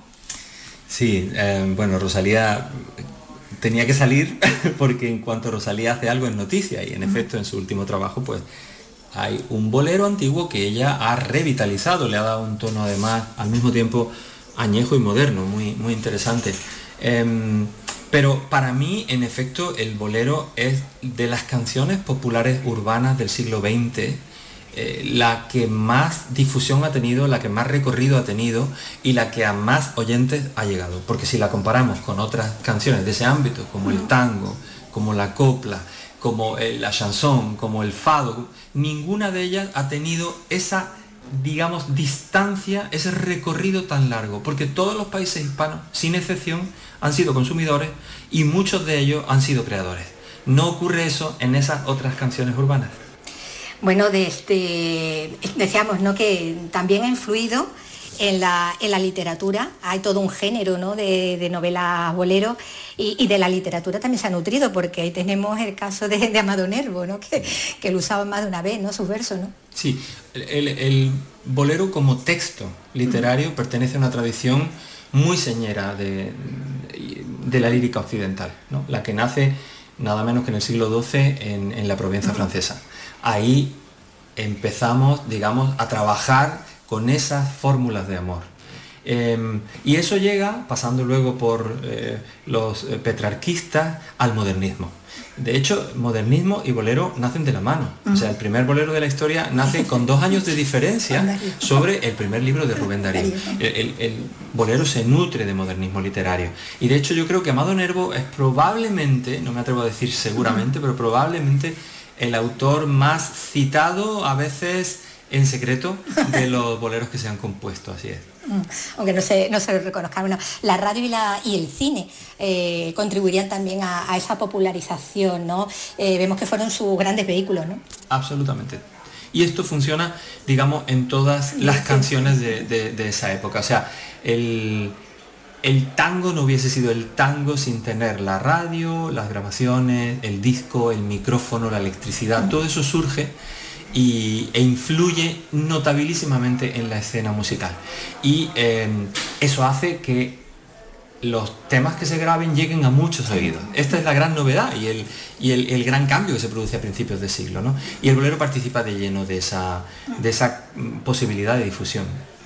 Sí, eh, bueno, Rosalía tenía que salir porque en cuanto Rosalía hace algo es noticia, y en uh-huh. efecto en su último trabajo pues hay un bolero antiguo que ella ha revitalizado, le ha dado un tono además al mismo tiempo añejo y moderno, muy, muy interesante. Eh, pero para mí, en efecto, el bolero es de las canciones populares urbanas del siglo veinte, eh, la que más difusión ha tenido, la que más recorrido ha tenido y la que a más oyentes ha llegado. Porque si la comparamos con otras canciones de ese ámbito, como el tango, como la copla, como la chanson, como el fado, ninguna de ellas ha tenido esa, digamos, distancia, ese recorrido tan largo, porque todos los países hispanos, sin excepción, han sido consumidores y muchos de ellos han sido creadores. No ocurre eso en esas otras canciones urbanas.
Bueno, desde, decíamos, ¿no?, que también ha influido en la, en la literatura hay todo un género, ¿no?, de, de novelas bolero, y, y de la literatura también se ha nutrido, porque ahí tenemos el caso de, de Amado Nervo, ¿no?, que, que lo usaban más de una vez, ¿no?, sus versos, ¿no?
Sí, el, el bolero como texto literario uh-huh. pertenece a una tradición muy señera de, de la lírica occidental, ¿no?, la que nace nada menos que en el siglo doce en, en la Provenza uh-huh. francesa. Ahí empezamos, digamos, a trabajar con esas fórmulas de amor. Eh, y eso llega, pasando luego por eh, los eh, petrarquistas, al modernismo. De hecho, modernismo y bolero nacen de la mano. Uh-huh. O sea, el primer bolero de la historia nace con dos años de diferencia sobre el primer libro de Rubén Darío. El, el, el bolero se nutre de modernismo literario. Y de hecho yo creo que Amado Nervo es probablemente, no me atrevo a decir seguramente, uh-huh. pero probablemente el autor más citado, a veces en secreto, de los boleros que se han compuesto, así es.
Aunque no se, no se lo reconozca. Bueno, la radio y, la, y el cine eh, contribuirían también a, a esa popularización, ¿no? Eh, vemos que fueron sus grandes vehículos, ¿no?
Absolutamente. Y esto funciona, digamos, en todas las canciones de, de, de esa época. O sea, el... El tango no hubiese sido el tango sin tener la radio, las grabaciones, el disco, el micrófono, la electricidad, todo eso surge y, e influye notabilísimamente en la escena musical. Y eh, eso hace que los temas que se graben lleguen a muchos oídos. Esta es la gran novedad y el, y el, el gran cambio que se produce a principios de siglo, ¿no? Y el bolero participa de lleno de esa, de esa posibilidad de difusión.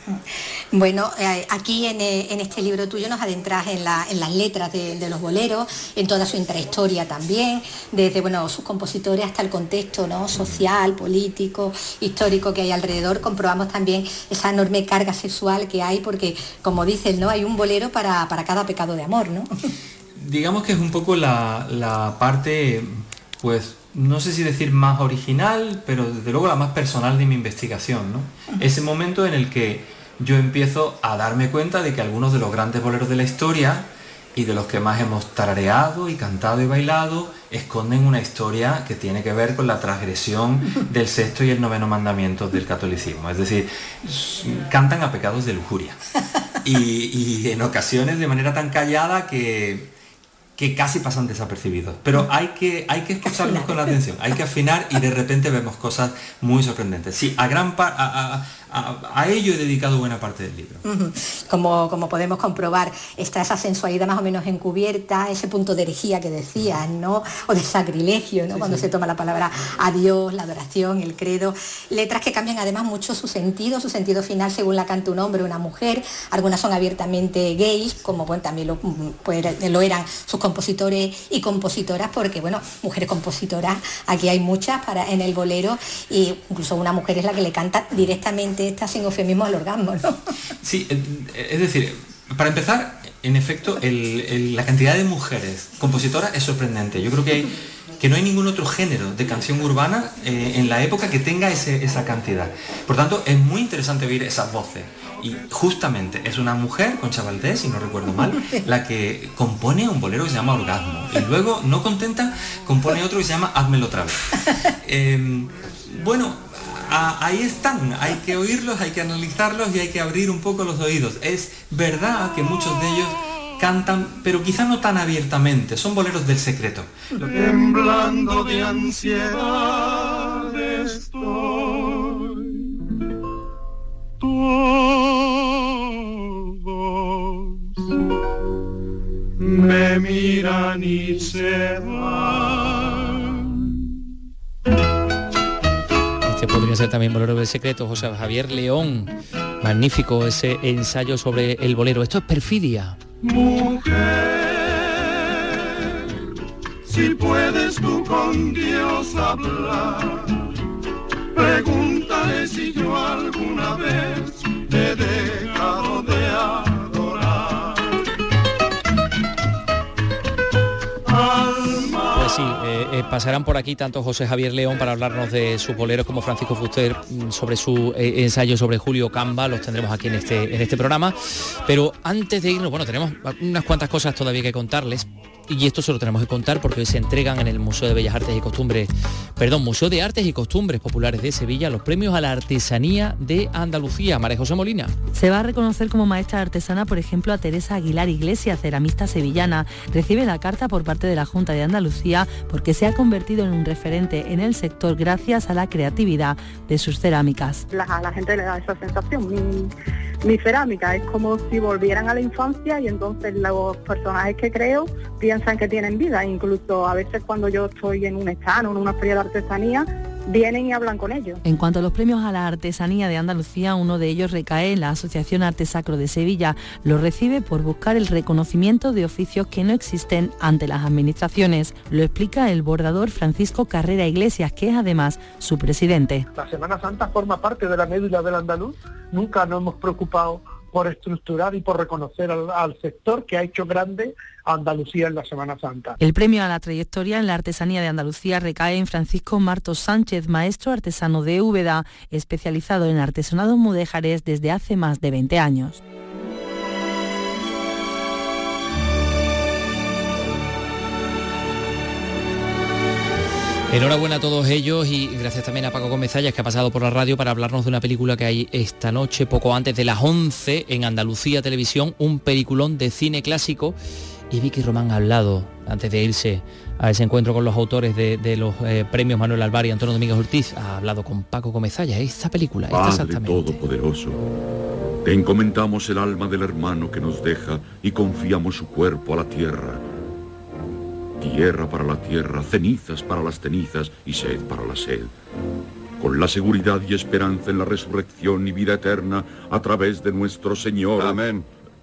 Bueno, eh, aquí en, eh, en este libro tuyo nos adentras en, la, en las letras de, de los boleros, en toda su intrahistoria también, desde bueno, sus compositores hasta el contexto, ¿no?, social, político, histórico que hay alrededor. Comprobamos también esa enorme carga sexual que hay, porque, como dices, ¿no?, hay un bolero para, para cada pecado de amor, ¿no?
Digamos que es un poco la, la parte, pues, no sé si decir más original, pero desde luego la más personal de mi investigación, ¿no? Ese momento en el que yo empiezo a darme cuenta de que algunos de los grandes boleros de la historia y de los que más hemos tarareado y cantado y bailado esconden una historia que tiene que ver con la transgresión del sexto y el noveno mandamientos del catolicismo. Es decir, cantan a pecados de lujuria. Y, y en ocasiones de manera tan callada que... que casi pasan desapercibidos, pero hay que, hay que escucharlos con atención, hay que afinar y de repente vemos cosas muy sorprendentes. Sí, a gran par, a, a, a, a ello he dedicado buena parte del libro.
Uh-huh. Como, como podemos comprobar, está esa sensualidad más o menos encubierta, ese punto de herejía que decías, ¿no?, o de sacrilegio, ¿no?, sí, cuando sí. se toma la palabra a Dios, la adoración, el credo, letras que cambian además mucho su sentido, su sentido final según la canta un hombre o una mujer. Algunas son abiertamente gays, como bueno, también lo, pues, lo eran sus compositores y compositoras, porque bueno, mujeres compositoras aquí hay muchas para en el bolero, y incluso una mujer es la que le canta directamente esta sin eufemismo al orgasmo, ¿no?
Sí, es decir, para empezar, en efecto, el, el, la cantidad de mujeres compositoras es sorprendente. Yo creo que hay, que no hay ningún otro género de canción urbana eh, en la época que tenga ese, esa cantidad. Por tanto, es muy interesante oír esas voces. Y justamente es una mujer, Concha Valdés, si no recuerdo mal, la que compone un bolero que se llama Orgasmo. Y luego, no contenta, compone otro que se llama Házmelo otra vez. Eh, bueno, a, ahí están, hay que oírlos, hay que analizarlos y hay que abrir un poco los oídos. Es verdad que muchos de ellos cantan, pero quizá no tan abiertamente, son boleros del secreto.
Temblando de ansiedad estoy, todos me miran y se van.
Este podría ser también bolero del secreto, José Javier León. Magnífico ese ensayo sobre el bolero. Esto es Perfidia.
Mujer, si puedes tú con Dios hablar, pregúntale si yo alguna vez he dejado de adorar.
Pues sí, eh, eh, pasarán por aquí tanto José Javier León para hablarnos de sus boleros como Francisco Fuster sobre su eh, ensayo sobre Julio Camba. Los tendremos aquí en este, en este programa. Pero antes de irnos, bueno, tenemos unas cuantas cosas todavía que contarles. Y esto se lo tenemos que contar porque hoy se entregan en el Museo de Bellas Artes y Costumbres, perdón, Museo de Artes y Costumbres Populares de Sevilla, los premios a la artesanía de Andalucía. María José Molina.
Se va a reconocer como maestra artesana, por ejemplo, a Teresa Aguilar Iglesias, ceramista sevillana. Recibe la carta por parte de la Junta de Andalucía porque se ha convertido en un referente en el sector gracias a la creatividad de sus cerámicas.
La, a la gente le da esa sensación. Mi, mi cerámica es como si volvieran a la infancia y entonces los personajes que creo piensan que tienen vida. Incluso a veces cuando yo estoy en un stand o en una feria de artesanía, vienen y hablan con ellos.
En cuanto a los premios a la artesanía de Andalucía, uno de ellos recae en la Asociación Arte Sacro de Sevilla. Lo recibe por buscar el reconocimiento de oficios que no existen ante las administraciones. Lo explica el bordador Francisco Carrera Iglesias, que es además su presidente.
La Semana Santa forma parte de la médula del andaluz. Nunca nos hemos preocupado por estructurar y por reconocer al, al sector que ha hecho grande a Andalucía en la Semana Santa.
El premio a la trayectoria en la artesanía de Andalucía recae en Francisco Martos Sánchez, maestro artesano de Úbeda, especializado en artesonados mudéjares desde hace más de veinte años.
Enhorabuena a todos ellos y gracias también a Paco Gómez Zayas, que ha pasado por la radio para hablarnos de una película que hay esta noche, poco antes de las once, en Andalucía Televisión, un peliculón de cine clásico. Y Vicky Román ha hablado, antes de irse a ese encuentro con los autores de, de los eh, premios Manuel Alvar y Antonio Domínguez Ortiz, ha hablado con Paco Gómez Zayas. Esta película, esta exactamente.
Padre Todopoderoso, te encomendamos el alma del hermano que nos deja y confiamos su cuerpo a la tierra. Tierra para la tierra, cenizas para las cenizas y sed para la sed. Con la seguridad y esperanza en la resurrección y vida eterna a través de nuestro Señor. Amén.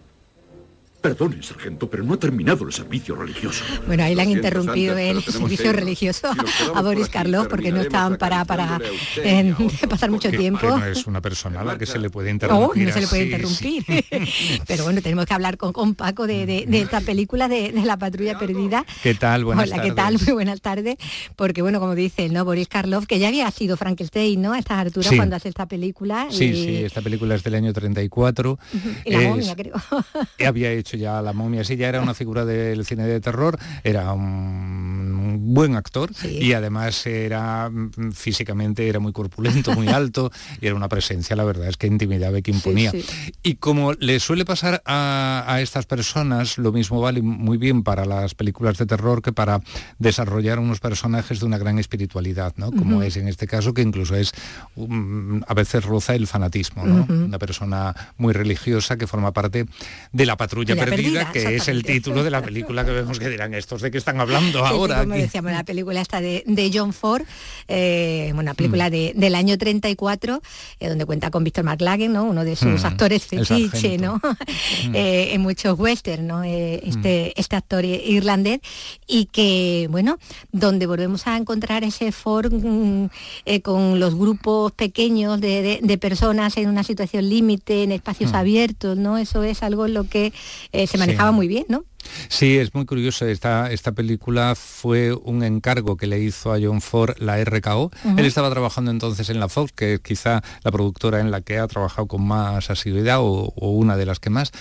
Perdone, sargento, pero no ha terminado el servicio religioso.
Bueno, ahí le han interrumpido
Santa,
el servicio religioso a Boris Karloff porque no estaban para, para eh, pasar mucho
porque,
tiempo.
porque no es una persona a la que se le puede interrumpir.
No, no se le puede
así,
interrumpir.
Sí.
Pero bueno, tenemos que hablar con, con Paco de, de, de esta película de, de La Patrulla Perdida.
¿Qué tal? Buenas
Hola,
tardes.
¿qué tal? Muy buenas tardes. Porque bueno, como dice, ¿no? Boris Karloff, que ya había sido Frankenstein, ¿no? A estas alturas
Sí.
cuando hace esta película.
Sí,
y...
sí, esta película es del año treinta y cuatro.
Y La
Es-
momia, creo.
Había hecho ya La momia, sí, ya era una figura del cine de terror, era un buen actor
Sí.
y además era mm, físicamente era muy corpulento, muy alto y era una presencia, la verdad es que intimidaba y que imponía.
Sí, sí.
Y como le suele pasar a, a estas personas, lo mismo vale muy bien para las películas de terror que para desarrollar unos personajes de una gran espiritualidad, ¿no? Como
Ujú.
es en este caso, que incluso es um, a veces roza el fanatismo, ¿no?
Ujú.
Una persona muy religiosa que forma parte de La Patrulla
De La
Perdida,
Perdida,
que es el
exactamente.
título de la película, que vemos que dirán estos de qué están hablando
Sí, sí,
ahora.
como
aquí?
decíamos, la película esta de, de John Ford, eh, una película
Mm.
de, del año treinta y cuatro, eh, donde cuenta con Víctor McLaglen, ¿no? Uno de sus
Mm,
actores
el
fetiche,
sargento.
¿no?
Mm.
Eh, en muchos westerns, ¿no? Eh, este, este actor irlandés, y que, bueno, donde volvemos a encontrar ese Ford mm, eh, con los grupos pequeños de, de- de personas en una situación límite, en espacios
Mm.
abiertos, ¿no? Eso es algo en lo que eh, se manejaba
Sí.
muy bien, ¿no?
Sí, es muy curioso. Esta, esta película fue un encargo que le hizo a John Ford la R K O.
Ujú.
Él estaba trabajando entonces en la Fox, que es quizá la productora en la que ha trabajado con más asiduidad o, o una de las que más.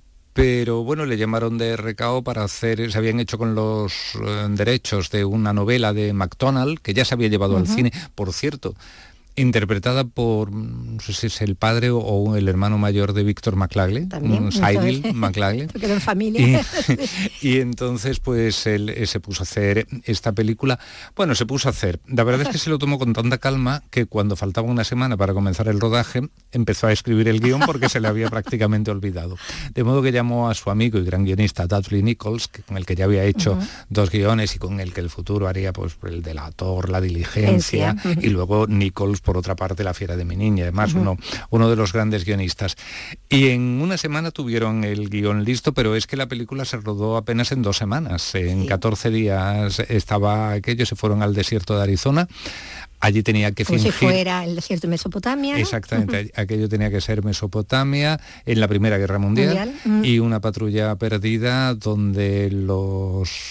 Pero bueno, le llamaron de R K O para hacer, se habían hecho con los eh, derechos de una novela de MacDonald, que ya se había llevado al
Ujú.
cine, por cierto, interpretada por, no sé si es el padre o, o el hermano mayor de Víctor McLaglen,
También,
un Sybil McLaglen.
Porque eran familia.
Y, y entonces pues él eh, se puso a hacer esta película. Bueno, se puso a hacer. La verdad es que se lo tomó con tanta calma que cuando faltaba una semana para comenzar el rodaje, empezó a escribir el guión porque se le había prácticamente olvidado. De modo que llamó a su amigo y gran guionista Dudley Nichols, que, con el que ya había hecho
Ujú.
dos guiones y con el que el futuro haría pues el delator, La diligencia,
Ujú.
y luego Nichols, por otra parte, La fiera de mi niña, además
Ujú.
uno, uno de los grandes guionistas. Y en una semana tuvieron el guión listo, pero es que la película se rodó apenas en dos semanas. En
Sí.
catorce días estaba aquello, se fueron al desierto de Arizona. Allí tenía que
Como si
fingir...
fuera el desierto de Mesopotamia, ¿no?
Exactamente, aquello tenía que ser Mesopotamia en la Primera Guerra Mundial,
Mundial, mm.
y una patrulla perdida donde los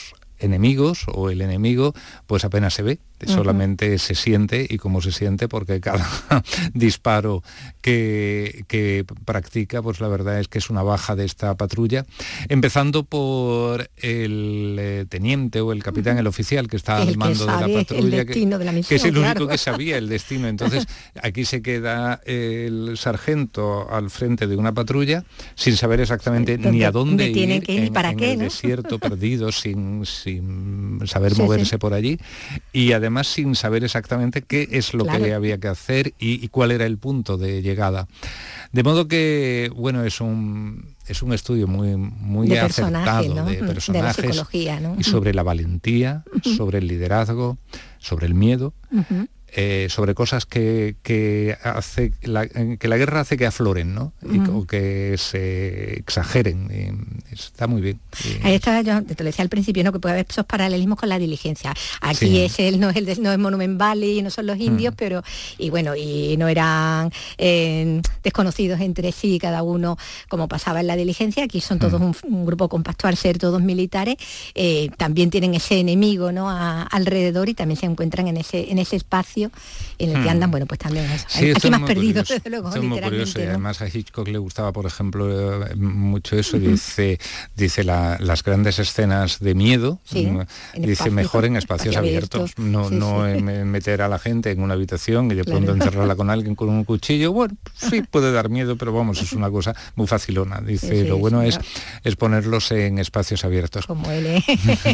enemigos o el enemigo pues apenas se ve, solamente uh-huh. se siente, y cómo se siente, porque cada disparo que, que practica, pues la verdad es que es una baja de esta patrulla, empezando por el eh, teniente o el capitán, uh-huh. el oficial que está el al mando de la patrulla, que,
de la misión,
que es el
claro.
único que sabía el destino. Entonces aquí se queda el sargento al frente de una patrulla sin saber exactamente sí, ni a dónde ir,
tienen que ir,
en,
ni para
en
qué,
el
¿no?
desierto, perdido, sin, sin saber
sí,
moverse
sí.
por allí, y además sin saber exactamente qué es lo claro. que le había que hacer y, y cuál era el punto de llegada. De modo que, bueno, es un es un estudio muy muy
de
acertado
¿no?
de personajes,
de la psicología, ¿no?
Y sobre la valentía, uh-huh. sobre el liderazgo, sobre el miedo. Uh-huh. Eh, sobre cosas que, que hace la, que la guerra hace que afloren, ¿no? Y, uh-huh. o que se exageren. Y está muy bien. Y...
Ahí está, yo te lo decía al principio, ¿no? Que puede haber esos paralelismos con la diligencia. Aquí sí. es el, no es el no es Monument Valley, no son los indios, uh-huh. pero y bueno, y no eran eh, desconocidos entre sí, cada uno como pasaba en la diligencia. Aquí son todos uh-huh. un, un grupo compacto, al ser todos militares, eh, también tienen ese enemigo, ¿no? A, alrededor, y también se encuentran en ese en ese espacio en el que andan, bueno, pues también eso.
Sí,
aquí más perdidos,
curioso.
desde luego,
Esto es muy curioso, y
¿no?
además a Hitchcock le gustaba, por ejemplo, mucho eso, uh-huh. dice, dice la, las grandes escenas de miedo,
sí,
dice espacio, mejor en espacios abiertos, abiertos. no, sí, no sí. meter a la gente en una habitación y de pronto claro. encerrarla con alguien con un cuchillo. Bueno, sí, puede dar miedo, pero vamos, es una cosa muy facilona. Dice, sí, sí, lo bueno sí, es, es ponerlos en espacios abiertos.
Como él, ¿eh?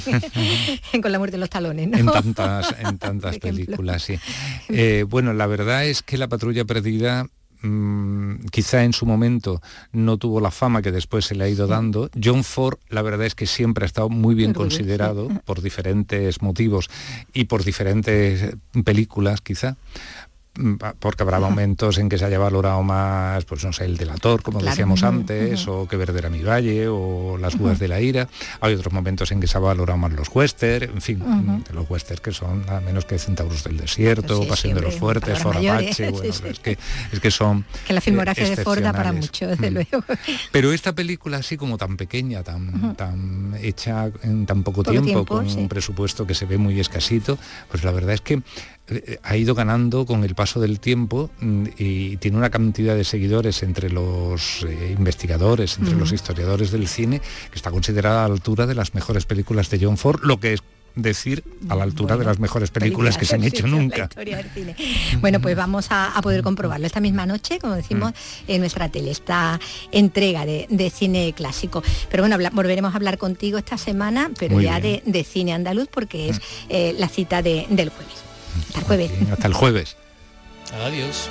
Con la muerte de los talones, ¿no?
En tantas, en tantas películas, sí. Eh, bueno, la verdad es que La patrulla perdida mmm, quizá en su momento no tuvo la fama que después se le ha ido dando. John Ford, la verdad es que siempre ha estado muy bien considerado por diferentes motivos y por diferentes películas, quizá, porque habrá momentos en que se haya valorado más, pues no sé, el delator, como claro. decíamos antes, uh-huh. o Que verde era mi valle, o Las Budas uh-huh. de la ira. Hay otros momentos en que se ha valorado más los western, en fin, uh-huh. los western que son nada menos que Centauros del Desierto, sí, Pasión de los Fuertes, Ford Apache, bueno, sí, sí. Es, que, es que son
que la filmografía eh, de Ford da para mucho, desde mm. luego.
Pero esta película así como tan pequeña, tan, uh-huh. tan hecha en tan poco, poco tiempo, tiempo, con sí. un presupuesto que se ve muy escasito, pues la verdad es que ha ido ganando con el paso del tiempo y tiene una cantidad de seguidores entre los eh, investigadores, entre uh-huh. los historiadores del cine, que está considerada a la altura de las mejores películas de John Ford, lo que es decir a la altura bueno, de las mejores películas, películas que se han hecho sí, nunca. La
historia del cine. Bueno, pues vamos a, a poder comprobarlo esta misma noche, como decimos, mm. en nuestra tele, esta entrega de, de cine clásico. Pero bueno, habla, volveremos a hablar contigo esta semana, pero Muy ya de, de cine andaluz, porque es eh, la cita de, del jueves. Hasta el jueves.
Okay, hasta el jueves.
Adiós.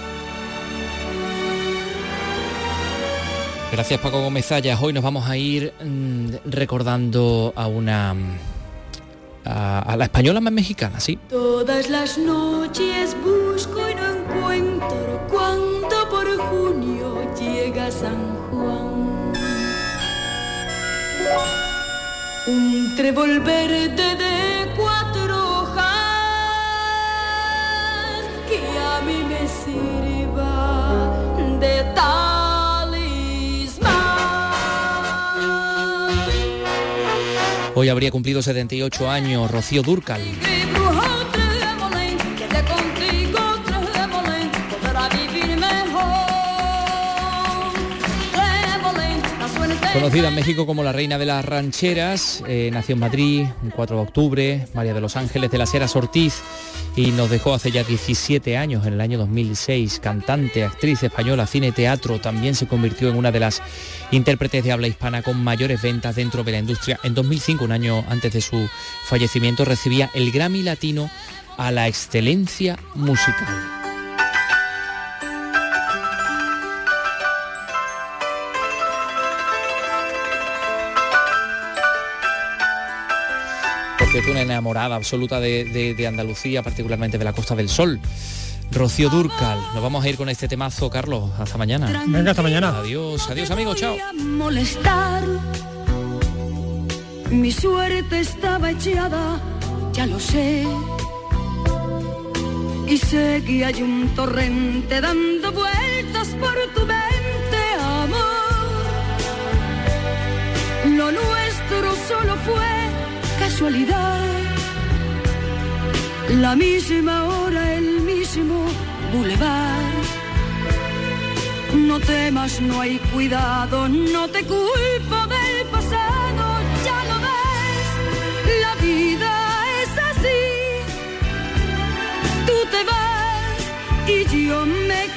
Gracias, Paco Gómez Zayas. Hoy nos vamos a ir mmm, recordando a una a, a la española más mexicana, ¿sí?
Todas las noches busco y no encuentro cuando por junio llega San Juan. Un trébol verde de cuatro hojas que a mí me sirva de talismán.
Hoy habría cumplido setenta y ocho años Rocío Dúrcal. Conocida en México como la reina de las rancheras, eh, nació en Madrid un cuatro de octubre, María de los Ángeles de las Heras Ortiz, y nos dejó hace ya diecisiete años, en el año dos mil seis. Cantante, actriz española, cine, teatro, también se convirtió en una de las intérpretes de habla hispana con mayores ventas dentro de la industria. En dos mil cinco, un año antes de su fallecimiento, recibía el Grammy Latino a la excelencia musical. Porque es una enamorada absoluta de, de, de Andalucía, particularmente de la Costa del Sol. Rocío Dúrcal. Nos vamos a ir con este temazo, Carlos. Hasta mañana.
Venga, hasta mañana.
Adiós, adiós amigos, chao.
Molestar. Mi suerte estaba echada, ya lo sé. Y sé que hay un torrente dando vueltas por tu mente, amor. Lo nuestro solo fue
casualidad. La misma hora, el mismo bulevar. No temas, no hay cuidado, no te culpo del pasado, ya lo ves, la vida es así. Tú te vas y yo me